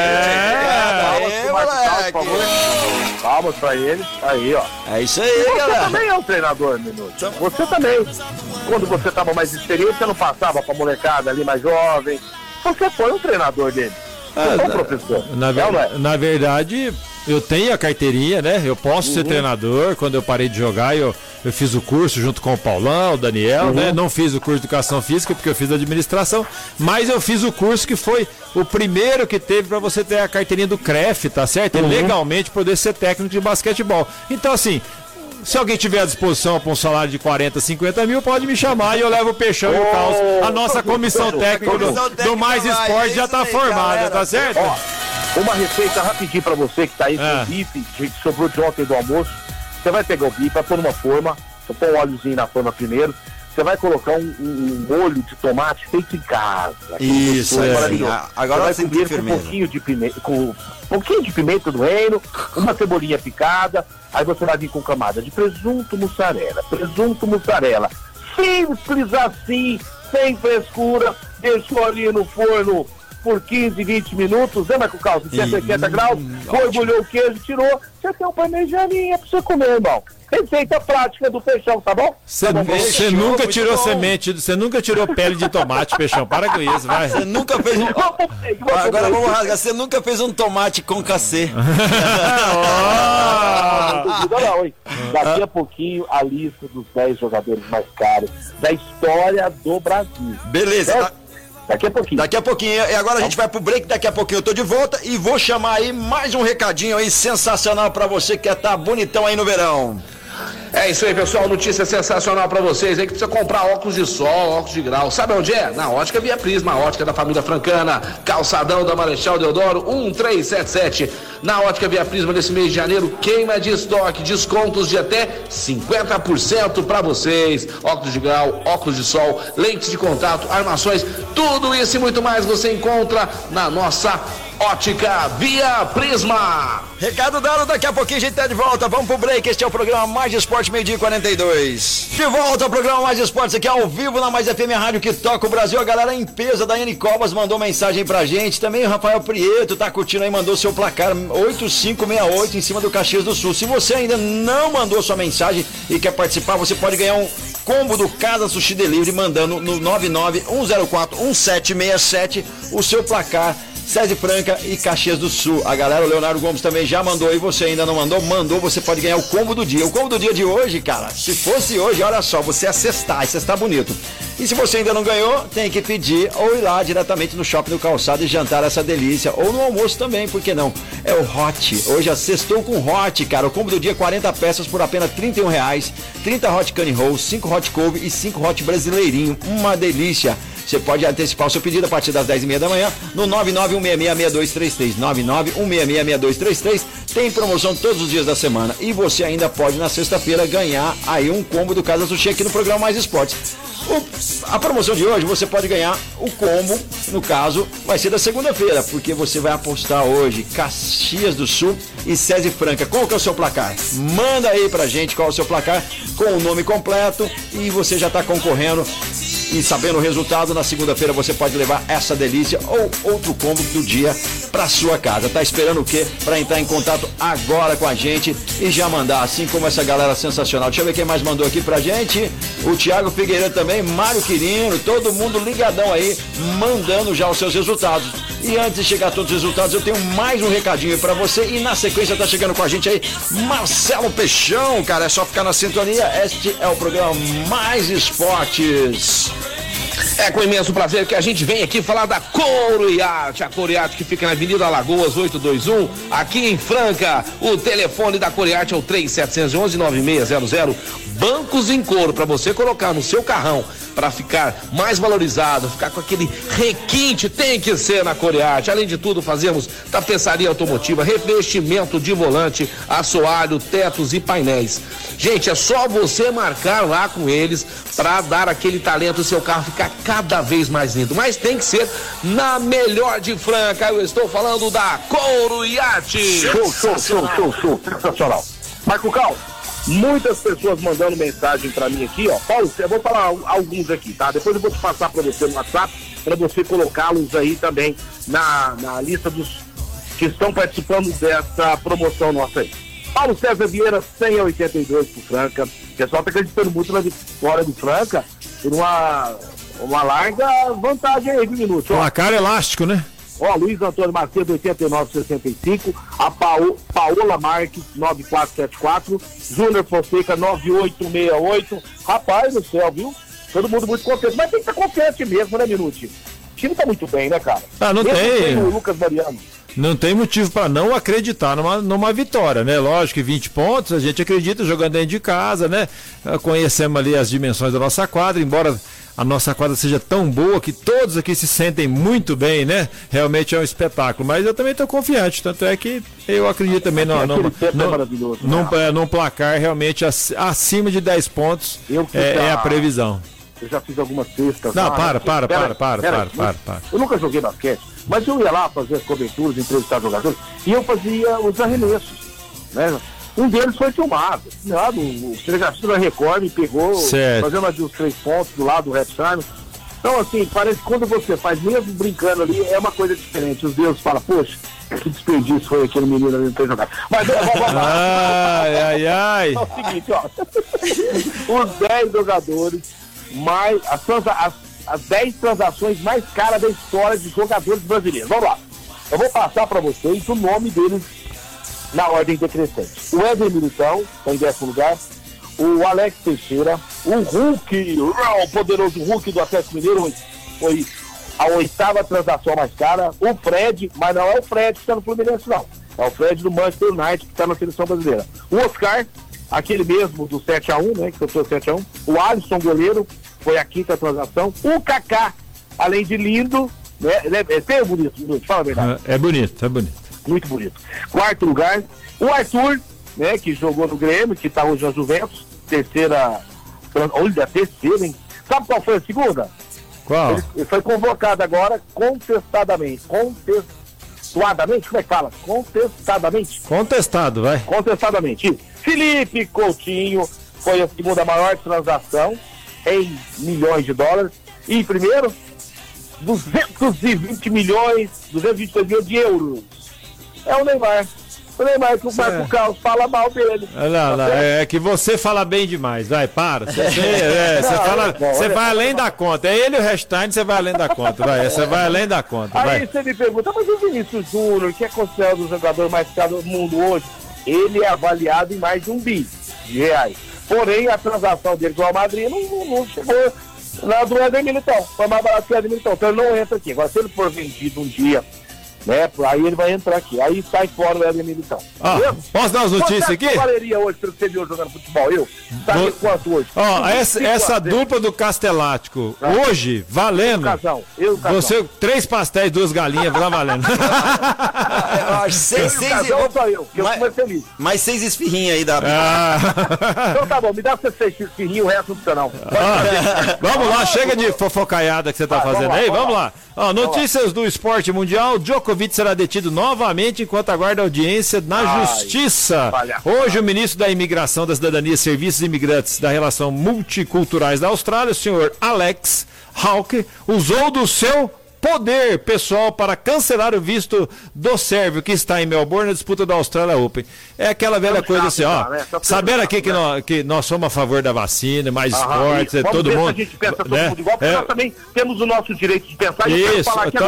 É. Palmas Aê, pro Marcos Carlos, por moleque. favor. Palmas pra ele. Aí, ó. É isso aí, Você galera. também é um treinador, Minuto. Você também. Quando você estava mais experiente, você não passava pra molecada ali mais jovem. Você foi um treinador dele. Você foi um professor. Na, É ou não é? ver- na verdade, eu tenho a carteirinha, né? Eu posso Uhum. ser treinador. Quando eu parei de jogar, eu, eu fiz o curso junto com o Paulão, o Daniel, né? Uhum. Não fiz o curso de educação física porque eu fiz administração, mas eu fiz o curso que foi o primeiro que teve para você ter a carteirinha do C R E F, tá certo? E Uhum. legalmente poder ser técnico de basquetebol. Então, assim. Se alguém tiver à disposição para um salário de quarenta, cinquenta mil, pode me chamar e eu levo o Peixão e o Caos. A nossa comissão técnica do, Comissão do técnica Mais vai, Esporte é já isso tá aí, formada, galera. tá certo? Ó, uma receita rapidinho pra você que tá aí com Ah. o bife, que sobrou de ontem do almoço. Você vai pegar o bife, vai pôr numa forma, você põe um óleozinho na forma primeiro. Você vai colocar um, um, um molho de tomate feito em casa. aquele Isso, gostoso, é. maravilhoso. Ah, agora você vai eu senti cobrir com um firmeza. pouquinho de pimenta, com um pouquinho de pimenta do reino, uma cebolinha picada. Aí você vai vir com camada de presunto, mussarela, presunto, mussarela. Simples assim, sem frescura. Deixou ali no forno por quinze, vinte minutos, né, Marco Carlos? cento e oitenta graus, borbulhou o queijo, tirou. Você tem um parmejaninha pra você comer, irmão. Receita prática do Peixão, tá bom? Você Tá bom, você Fechou, nunca muito tirou bom. semente, você nunca tirou pele de tomate, Peixão. Para com isso, vai. Você nunca fez um. Agora vamos rasgar. Você nunca fez um tomate com cacê. Não duvida não, hein? Daqui a pouquinho a lista dos dez jogadores mais caros da história do Brasil. Beleza. Certo? tá- Daqui a pouquinho. Daqui a pouquinho, e agora a gente vai pro break, daqui a pouquinho eu tô de volta e vou chamar aí mais um recadinho aí sensacional pra você que quer tá bonitão aí no verão. É isso aí, pessoal. Notícia sensacional pra vocês aí que precisa comprar óculos de sol, óculos de grau. Sabe onde é? Na Ótica Via Prisma, a ótica da família Francana, calçadão da Marechal Deodoro, um três sete sete. Na Ótica Via Prisma, nesse mês de janeiro, queima de estoque, descontos de até cinquenta por cento pra vocês. Óculos de grau, óculos de sol, lentes de contato, armações, tudo isso e muito mais você encontra na nossa Ótica Via Prisma. Recado dado, daqui a pouquinho a gente tá de volta. Vamos pro break. Este é o programa Mais Esporte, meio-dia e quarenta e dois. De volta ao programa Mais Esportes aqui ao vivo na Mais F M, a rádio que toca o Brasil. A galera em peso da N Cobas mandou mensagem pra gente. Também o Rafael Prieto tá curtindo aí, mandou seu placar oito cinco seis oito em cima do Caxias do Sul. Se você ainda não mandou sua mensagem e quer participar, você pode ganhar um combo do Casa Sushi Delivery mandando no nove nove um zero quatro um sete seis sete o seu placar. César Franca e Caxias do Sul. A galera, o Leonardo Gomes também já mandou e você ainda não mandou, mandou, você pode ganhar o combo do dia. O combo do dia de hoje, cara, se fosse hoje, olha só, você acestar, acestar bonito. E se você ainda não ganhou, tem que pedir ou ir lá diretamente no Shopping do Calçado e jantar essa delícia. Ou no almoço também, por que não? É o Hot. Hoje acestou com Hot, cara. O combo do dia, quarenta peças por apenas trinta e um reais. trinta Hot Cane Roll, cinco Hot Couve e cinco Hot Brasileirinho. Uma delícia. Você pode antecipar o seu pedido a partir das dez e meia da manhã no nove nove um seis seis seis dois três três. nove nove um seis seis seis dois três três. Tem promoção todos os dias da semana. E você ainda pode, na sexta-feira, ganhar aí um combo do Casa Sushi aqui no programa Mais Esportes. O, a promoção de hoje, você pode ganhar o combo, no caso, vai ser da segunda-feira, porque você vai apostar hoje Caxias do Sul e César Franca. Qual que é o seu placar? Manda aí pra gente qual é o seu placar, com o nome completo, e você já tá concorrendo. E sabendo o resultado, na segunda-feira você pode levar essa delícia ou outro combo do dia para sua casa. Tá esperando o quê? Para entrar em contato agora com a gente e já mandar, assim como essa galera sensacional. Deixa eu ver quem mais mandou aqui pra gente. O Thiago Figueiredo também, Mário Quirino, todo mundo ligadão aí, mandando já os seus resultados. E antes de chegar a todos os resultados, eu tenho mais um recadinho pra você. E na sequência tá chegando com a gente aí Marcelo Peixão, cara. É só ficar na sintonia. Este é o programa Mais Esportes. É com imenso prazer que a gente vem aqui falar da Couro Iate, a Couro Iate que fica na Avenida Alagoas oitocentos e vinte e um, aqui em Franca. O telefone da Couro Iate é o três sete um um, nove seis zero zero. Bancos em couro para você colocar no seu carrão para ficar mais valorizado, ficar com aquele requinte, tem que ser na Couro Iate. Além de tudo, fazemos tapeçaria automotiva, revestimento de volante, assoalho, tetos e painéis. Gente, é só você marcar lá com eles para dar aquele talento e seu carro ficar cada vez mais lindo. Mas tem que ser na melhor de Franca. Eu estou falando da Couro Iate. Show, show, show, show, show. Sensacional. Marco Cal, muitas pessoas mandando mensagem pra mim aqui, ó. Paulo, eu vou falar alguns aqui, tá? Depois eu vou te passar pra você no WhatsApp, pra você colocá-los aí também na, na lista dos que estão participando dessa promoção nossa aí. Paulo César Vieira, cem a oitenta e dois pro Franca. O pessoal tá acreditando muito na vitória do Franca por uma, uma larga vantagem aí de minutos. Placar elástico, né? Ó, Luiz Antônio Macedo, oitenta e nove a sessenta e cinco, a Paola, Paola Marques, nove quatro sete quatro, Júnior Fonseca, nove oito seis oito. Rapaz do céu, viu? Todo mundo muito confiante, mas tem que estar confiante mesmo, né, Minuti? O time tá muito bem, né, cara? Ah, não mesmo tem. O Lucas Mariano. Não tem motivo para não acreditar numa, numa vitória, né? Lógico que vinte pontos, a gente acredita jogando dentro de casa, né? Conhecemos ali as dimensões da nossa quadra, embora a nossa quadra seja tão boa que todos aqui se sentem muito bem, né? Realmente é um espetáculo, mas eu também estou confiante, tanto é que eu acredito também no, no, no, no, num, é, num placar realmente acima de dez pontos é, é a previsão. Eu já fiz algumas cestas. Não, para, para, para, para, para, para, para. Eu nunca joguei basquete, mas eu ia lá fazer as coberturas, entrevistar jogadores, e eu fazia os arremessos, né? Um deles foi filmado, filmado o cinegrafista da Record me pegou, certo, fazendo ali os três pontos do lado do Repsime. Então, assim, parece que quando você faz, mesmo brincando ali, é uma coisa diferente. Os deuses falam, poxa, que desperdício foi aquele menino ali não ter jogado. Mas, vamos lá. Ai, ai, ai. É o seguinte, ó. Os dez jogadores, mais, as, as, as dez transações mais caras da história de jogadores brasileiros. Vamos lá. Eu vou passar para vocês o nome deles na ordem decrescente. O Éder Militão, está em décimo lugar. O Alex Teixeira. O Hulk, o poderoso Hulk do Atlético Mineiro, foi a oitava transação mais cara. O Fred, mas não é o Fred que está no Fluminense, não. É o Fred do Manchester United, que está na seleção brasileira. O Oscar, aquele mesmo do sete a um, né, que soltou sete a um. O Alisson, goleiro, foi a quinta transação. O Kaká, além de lindo, né, é, é bem bonito, bonito, fala a verdade. É bonito, é bonito. Muito bonito. Quarto lugar, o Arthur, né, que jogou no Grêmio, que está hoje na Juventus, terceira, olha, terceira, hein? Sabe qual foi a segunda? Qual? Ele, ele foi convocado agora contestadamente, contestadamente, como é que fala? Contestadamente. Contestado, vai. Contestadamente. Felipe Coutinho foi a segunda maior transação em milhões de dólares. E primeiro, duzentos e vinte milhões, duzentos e vinte e dois milhões de euros. É o Neymar. O Neymar, que o Marco Carlos fala mal dele. Não, não, é que você fala bem demais, vai, para. Você, você, é, você, fala, você vai além da conta. É ele e o Restine, você vai além da conta, vai. Você vai além da conta, vai. Aí você me pergunta, mas o Vinícius Júnior, que é considerado o jogador mais caro do mundo hoje, ele é avaliado em mais de um bi de reais. Porém, a transação dele com o Real Madrid não, não, não chegou na do Éder Militão. Foi mais barato que o Éder Militão. Então ele não entra aqui. Agora, se ele for vendido um dia, né, aí ele vai entrar aqui. Aí sai fora o Éder Militão. Ah, posso dar as notícias aqui? Quanto valeria hoje pelo que você viu jogando futebol? Eu? Sabe quanto hoje? Ó, oh, essa, essa dupla do Castelático, ah, hoje, valendo. Eu, eu, você, três pastéis, duas galinhas, tá valendo. Eu acho seis, seis, casal, só eu, que mas, eu fui feliz. Mais seis esfirrinhas aí da. Ah. Então tá bom, me dá seis esfirrinhos, o resto não precisa não. Ah, vamos lá, chega de fofocaiada que você tá ah, fazendo vamos aí, lá, vamos lá. lá. Ó, notícias do esporte mundial, Djokovic será detido novamente enquanto aguarda audiência na Ai, Justiça. Hoje o ministro da Imigração, da Cidadania e Serviços Imigrantes da Relação Multiculturais da Austrália, o senhor Alex Hawke, usou do seu poder pessoal para cancelar o visto do sérvio que está em Melbourne na disputa da Australia Open. É aquela velha Tão coisa chato, assim, ó, né? sabendo aqui que nós, que nós somos a favor da vacina, mais esportes, todo mundo. A gente pensa todo né? mundo igual, porque é, nós também temos o nosso direito de pensar. E isso, eu quero falar aqui então, agora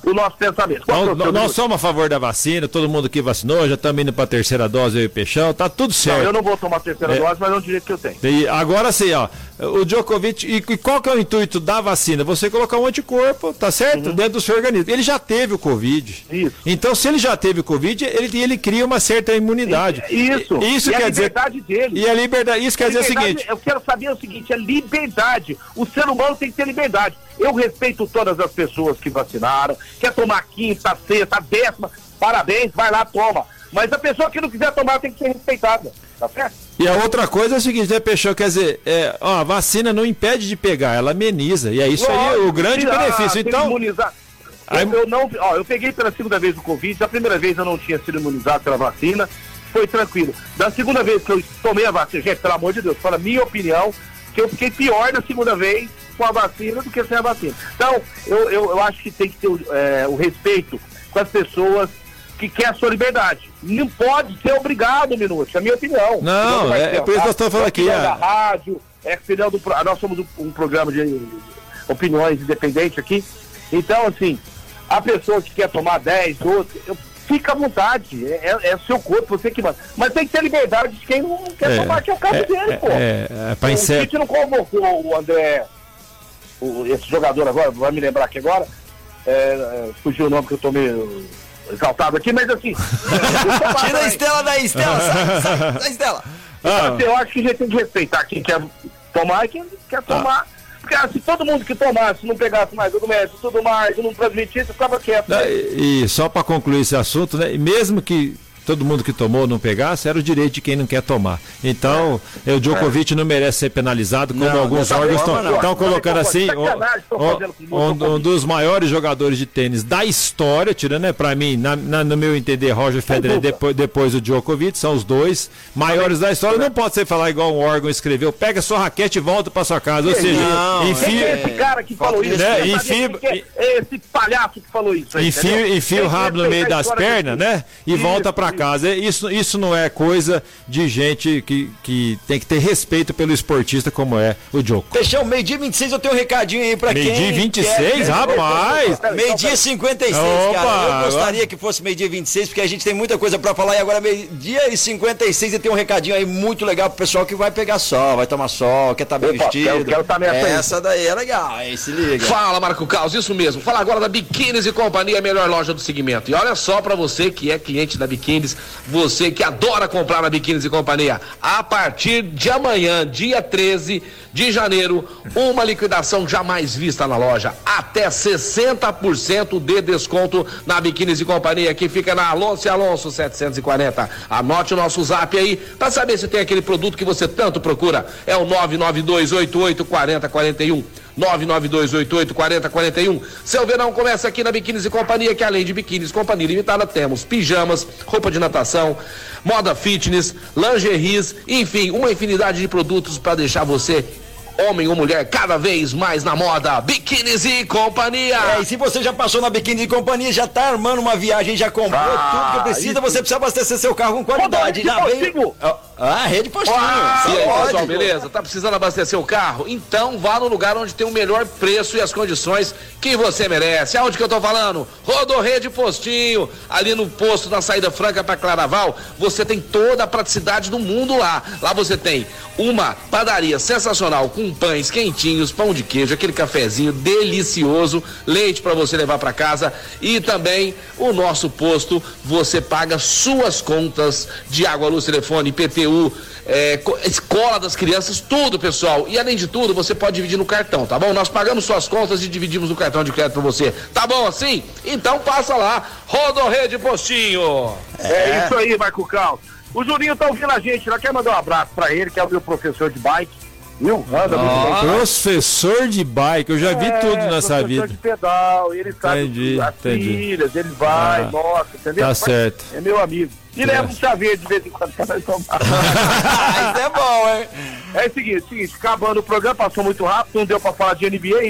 o nosso pensamento. Qual Então, nós somos a favor da vacina, todo mundo que vacinou, já estamos indo para a terceira dose, eu e o Peixão, tá tudo certo. Não, eu não vou tomar a terceira é. dose, mas é um direito que eu tenho. E agora sim, ó, o Djokovic, e, e qual que é o intuito da vacina? Você colocar um anticorpo, tá certo? Uhum. Dentro do seu organismo. Ele já teve o Covid. Isso. Então, se ele já teve o Covid, ele, ele cria uma certa imunidade. Isso. Isso e quer a dizer. liberdade dele. E a liberdade, isso quer dizer o seguinte. Eu quero saber o seguinte, é liberdade. O ser humano tem que ter liberdade. Eu respeito todas as pessoas que vacinaram, quer tomar quinta, sexta, décima, parabéns, vai lá, toma. Mas a pessoa que não quiser tomar tem que ser respeitada, tá certo? E a outra coisa é o seguinte, né, Peixão, quer dizer, é, ó, a vacina não impede de pegar, ela ameniza, e é isso Lógico, aí o grande tirar, benefício. Então, imunizar. Eu, eu, não, ó, eu peguei pela segunda vez o Covid, a primeira vez eu não tinha sido imunizado pela vacina, foi tranquilo. Da segunda vez que eu tomei a vacina, gente, pelo amor de Deus, fala a minha opinião, que eu fiquei pior da segunda vez com a vacina do que sem a vacina. Então, eu, eu, eu acho que tem que ter é, o respeito com as pessoas que querem a sua liberdade. Não pode ser obrigado, Minuto, é a minha opinião. Não, não é, é por isso que eu estou falando aqui. É da rádio, é opinião do, nós somos um, um programa de opiniões independente aqui. Então, assim, a pessoa que quer tomar dez, doze, eu, fica à vontade, é, é o seu corpo, você que manda. Mas tem que ter liberdade de quem não quer é, tomar, que é o caso é, dele, pô. É, é, pra o Tite não convocou o André, o, esse jogador agora, vai me lembrar aqui agora, é, é, fugiu o nome que eu tô meio exaltado aqui, mas assim... Tira a Estela daí, Estela, sai, sai, sai, Estela. Então, assim, eu acho que a gente tem que respeitar quem quer tomar e quem quer tomar. Ah. Porque se todo mundo que tomasse, não pegasse mais o médico, tudo mais, não transmitisse, ficava quieto. Né? E, e só para concluir esse assunto, né? Mesmo que todo mundo que tomou não pegasse, era o direito de quem não quer tomar. Então, é. o Djokovic é. não merece ser penalizado, como não, alguns órgãos estão colocando assim, um, um, um dos maiores jogadores de tênis da história, tirando, né, para mim, na, na, no meu entender, Roger Federer, depois, depois o Djokovic, são os dois maiores da história. Não pode ser falar igual um órgão escreveu, pega sua raquete e volta para sua casa. Ou seja, não, enfia, é esse cara que falou isso, né, enfia, é esse palhaço que falou isso. Aí, enfia, enfia o rabo no meio das pernas, né, e volta para casa. Isso, isso não é coisa de gente que, que tem que ter respeito pelo esportista como é o Djoko. Peixão, meio-dia vinte e seis eu tenho um recadinho aí pra meio quem... Meio-dia vinte e seis? Rapaz! Meio-dia cinquenta e seis, Opa, cara. Eu gostaria agora... que fosse meio-dia vinte e seis, porque a gente tem muita coisa pra falar e agora meio-dia e cinquenta e seis eu tenho um recadinho aí muito legal pro pessoal que vai pegar sol, vai tomar sol, quer estar tá bem Opa, vestido. Quero, quero tá Essa daí é legal, aí se liga. Fala, Marco Caos, isso mesmo. Fala agora da Biquínis e Companhia, a melhor loja do segmento. E olha só pra você que é cliente da Biquínis, você que adora comprar na Biquínis e Companhia, a partir de amanhã, dia treze de janeiro, uma liquidação jamais vista na loja, até sessenta por cento de desconto na Biquínis e Companhia, que fica na Alonso e Alonso setecentos e quarenta. Anote o nosso zap aí, para saber se tem aquele produto que você tanto procura, é o nove nove dois oito oito quatro zero quatro um. nove nove dois oito oito quatro zero quatro um. Seu verão começa aqui na Biquínis e Companhia, que além de biquínis Companhia Limitada, temos pijamas, roupa de natação, moda fitness, lingeries, enfim, uma infinidade de produtos para deixar você, homem ou mulher, cada vez mais na moda. Biquínis e Companhia. É, e se você já passou na Biquínis e Companhia, já tá armando uma viagem, já comprou ah, tudo que precisa, isso. Você precisa abastecer seu carro com qualidade. Pô, já veio... Ah, Rede Postinho. Ah, e aí, pessoal, beleza? Tá precisando abastecer o carro? Então vá no lugar onde tem o melhor preço e as condições que você merece. Aonde que eu tô falando? Rodorrede Postinho, ali no posto da saída franca para Claraval, você tem toda a praticidade do mundo lá. Lá você tem uma padaria sensacional com pães quentinhos, pão de queijo, aquele cafezinho delicioso, leite para você levar para casa e também o nosso posto, você paga suas contas de água, luz, telefone, I P T U, é, escola das crianças, tudo, pessoal. E além de tudo, você pode dividir no cartão, tá bom? Nós pagamos suas contas e dividimos no cartão de crédito para você. Tá bom assim? Então passa lá, Rodorrede Postinho. É, é isso aí, Marco Caos. O Juninho tá ouvindo a gente, lá quer mandar um abraço pra ele, que é o meu professor de bike. Viu? Anda ah, professor de bike, eu já vi é, tudo nessa vida. Professor de pedal, ele sabe entendi, as entendi. filhas, ele vai, ah, mostra, entendeu? Tá certo. É meu amigo. E leva um chaveiro de vez em quando pra nós tomar. Isso é bom, hein? É o seguinte, seguinte, acabando o programa, passou muito rápido, não deu pra falar de N B A, né? Mas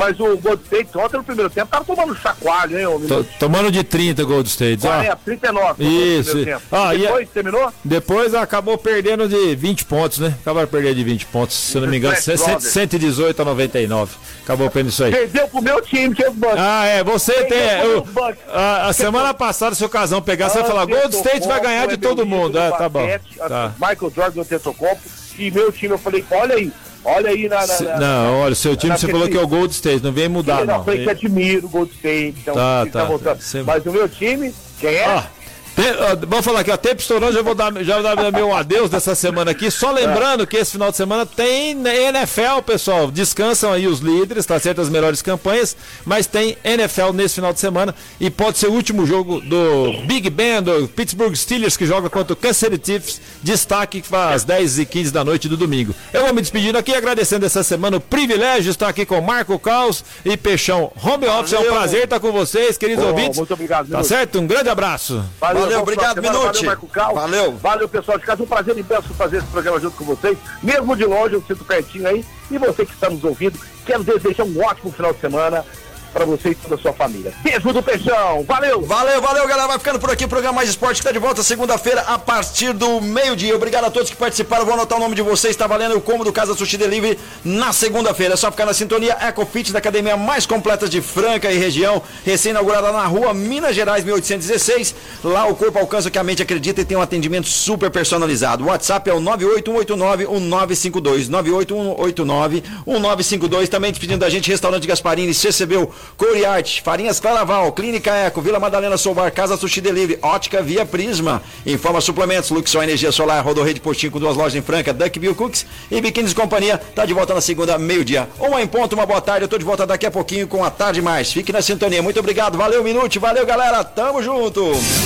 mas o Gold State ontem no primeiro tempo tava tomando chacoalho, hein, ô Tô, tomando de trinta Gold State. Ah, é, trinta e nove. Isso. Ah, depois, e terminou? Depois acabou perdendo de vinte pontos, né? Acabou de perder de vinte pontos, se eu não me engano, cento e dezoito a noventa e nove. Acabou perdendo isso aí. Perdeu pro meu time, que é o Bucks. Ah, é, você Perdeu tem... O, a, a semana passada, se o Casão pegar, você vai falar, Gold State vai ganhar de todo mundo. Ah, tá bom. Tá. Michael Jordan, o Tetocompo, e meu time, eu falei, olha aí, olha aí na... na, na não, olha, seu time você falou que é o Gold State, não vem mudar, Sim, não. não. Eu falei que admiro o Gold State, então... Tá, tá, tá, tá. Mas o meu time, quem é? Ah. Tem, ó, vamos falar aqui, ó, tempo estourando, já vou dar, já vou dar meu adeus dessa semana aqui, só lembrando que esse final de semana tem N F L, pessoal, descansam aí os líderes, tá certo, as melhores campanhas, mas tem N F L nesse final de semana e pode ser o último jogo do Big Ben, do Pittsburgh Steelers, que joga contra o Kansas City Chiefs, destaque às dez e quinze da noite do domingo. Eu vou me despedindo aqui, agradecendo essa semana o privilégio de estar aqui com Marco Caos e Peixão Home Office, Valeu. É um prazer estar com vocês, queridos oh, ouvintes. Muito obrigado, Tá certo? Um grande abraço. Valeu. Valeu, obrigado, Minute. Valeu, Valeu. Valeu, pessoal de casa. Um prazer imenso fazer esse programa junto com vocês. Mesmo de longe, eu sinto pertinho aí. E você que está nos ouvindo, quero desejar um ótimo final de semana para você e toda a sua família. Beijo do Peixão. Valeu. Valeu, valeu, galera. Vai ficando por aqui o programa Mais Esporte, que está de volta segunda-feira a partir do meio-dia. Obrigado a todos que participaram. Vou anotar o nome de vocês. Está valendo o combo do Casa Sushi Delivery na segunda-feira. É só ficar na sintonia. EcoFit, da academia mais completa de Franca e região. Recém-inaugurada na rua Minas Gerais, mil oitocentos e dezesseis. Lá o corpo alcança o que a mente acredita e tem um atendimento super personalizado. O WhatsApp é o nove oito um oito nove um nove cinco dois. nove oito um oito nove um nove cinco dois. Também despedindo da gente, Restaurante Gasparini, C C B U, Coriarte, Farinhas Claraval, Clínica Eco, Vila Madalena Soubar, Casa Sushi Delivery, Ótica Via Prisma, Informa Suplementos, Luxor Energia Solar, Rodorreio de Postinho com duas lojas em Franca, Duckbill Cooks e Biquínis Companhia. Tá de volta na segunda, meio-dia. Uma em ponto, uma boa tarde. Eu tô de volta daqui a pouquinho com a Tarde Mais. Fique na sintonia. Muito obrigado. Valeu, Minute. Valeu, galera. Tamo junto.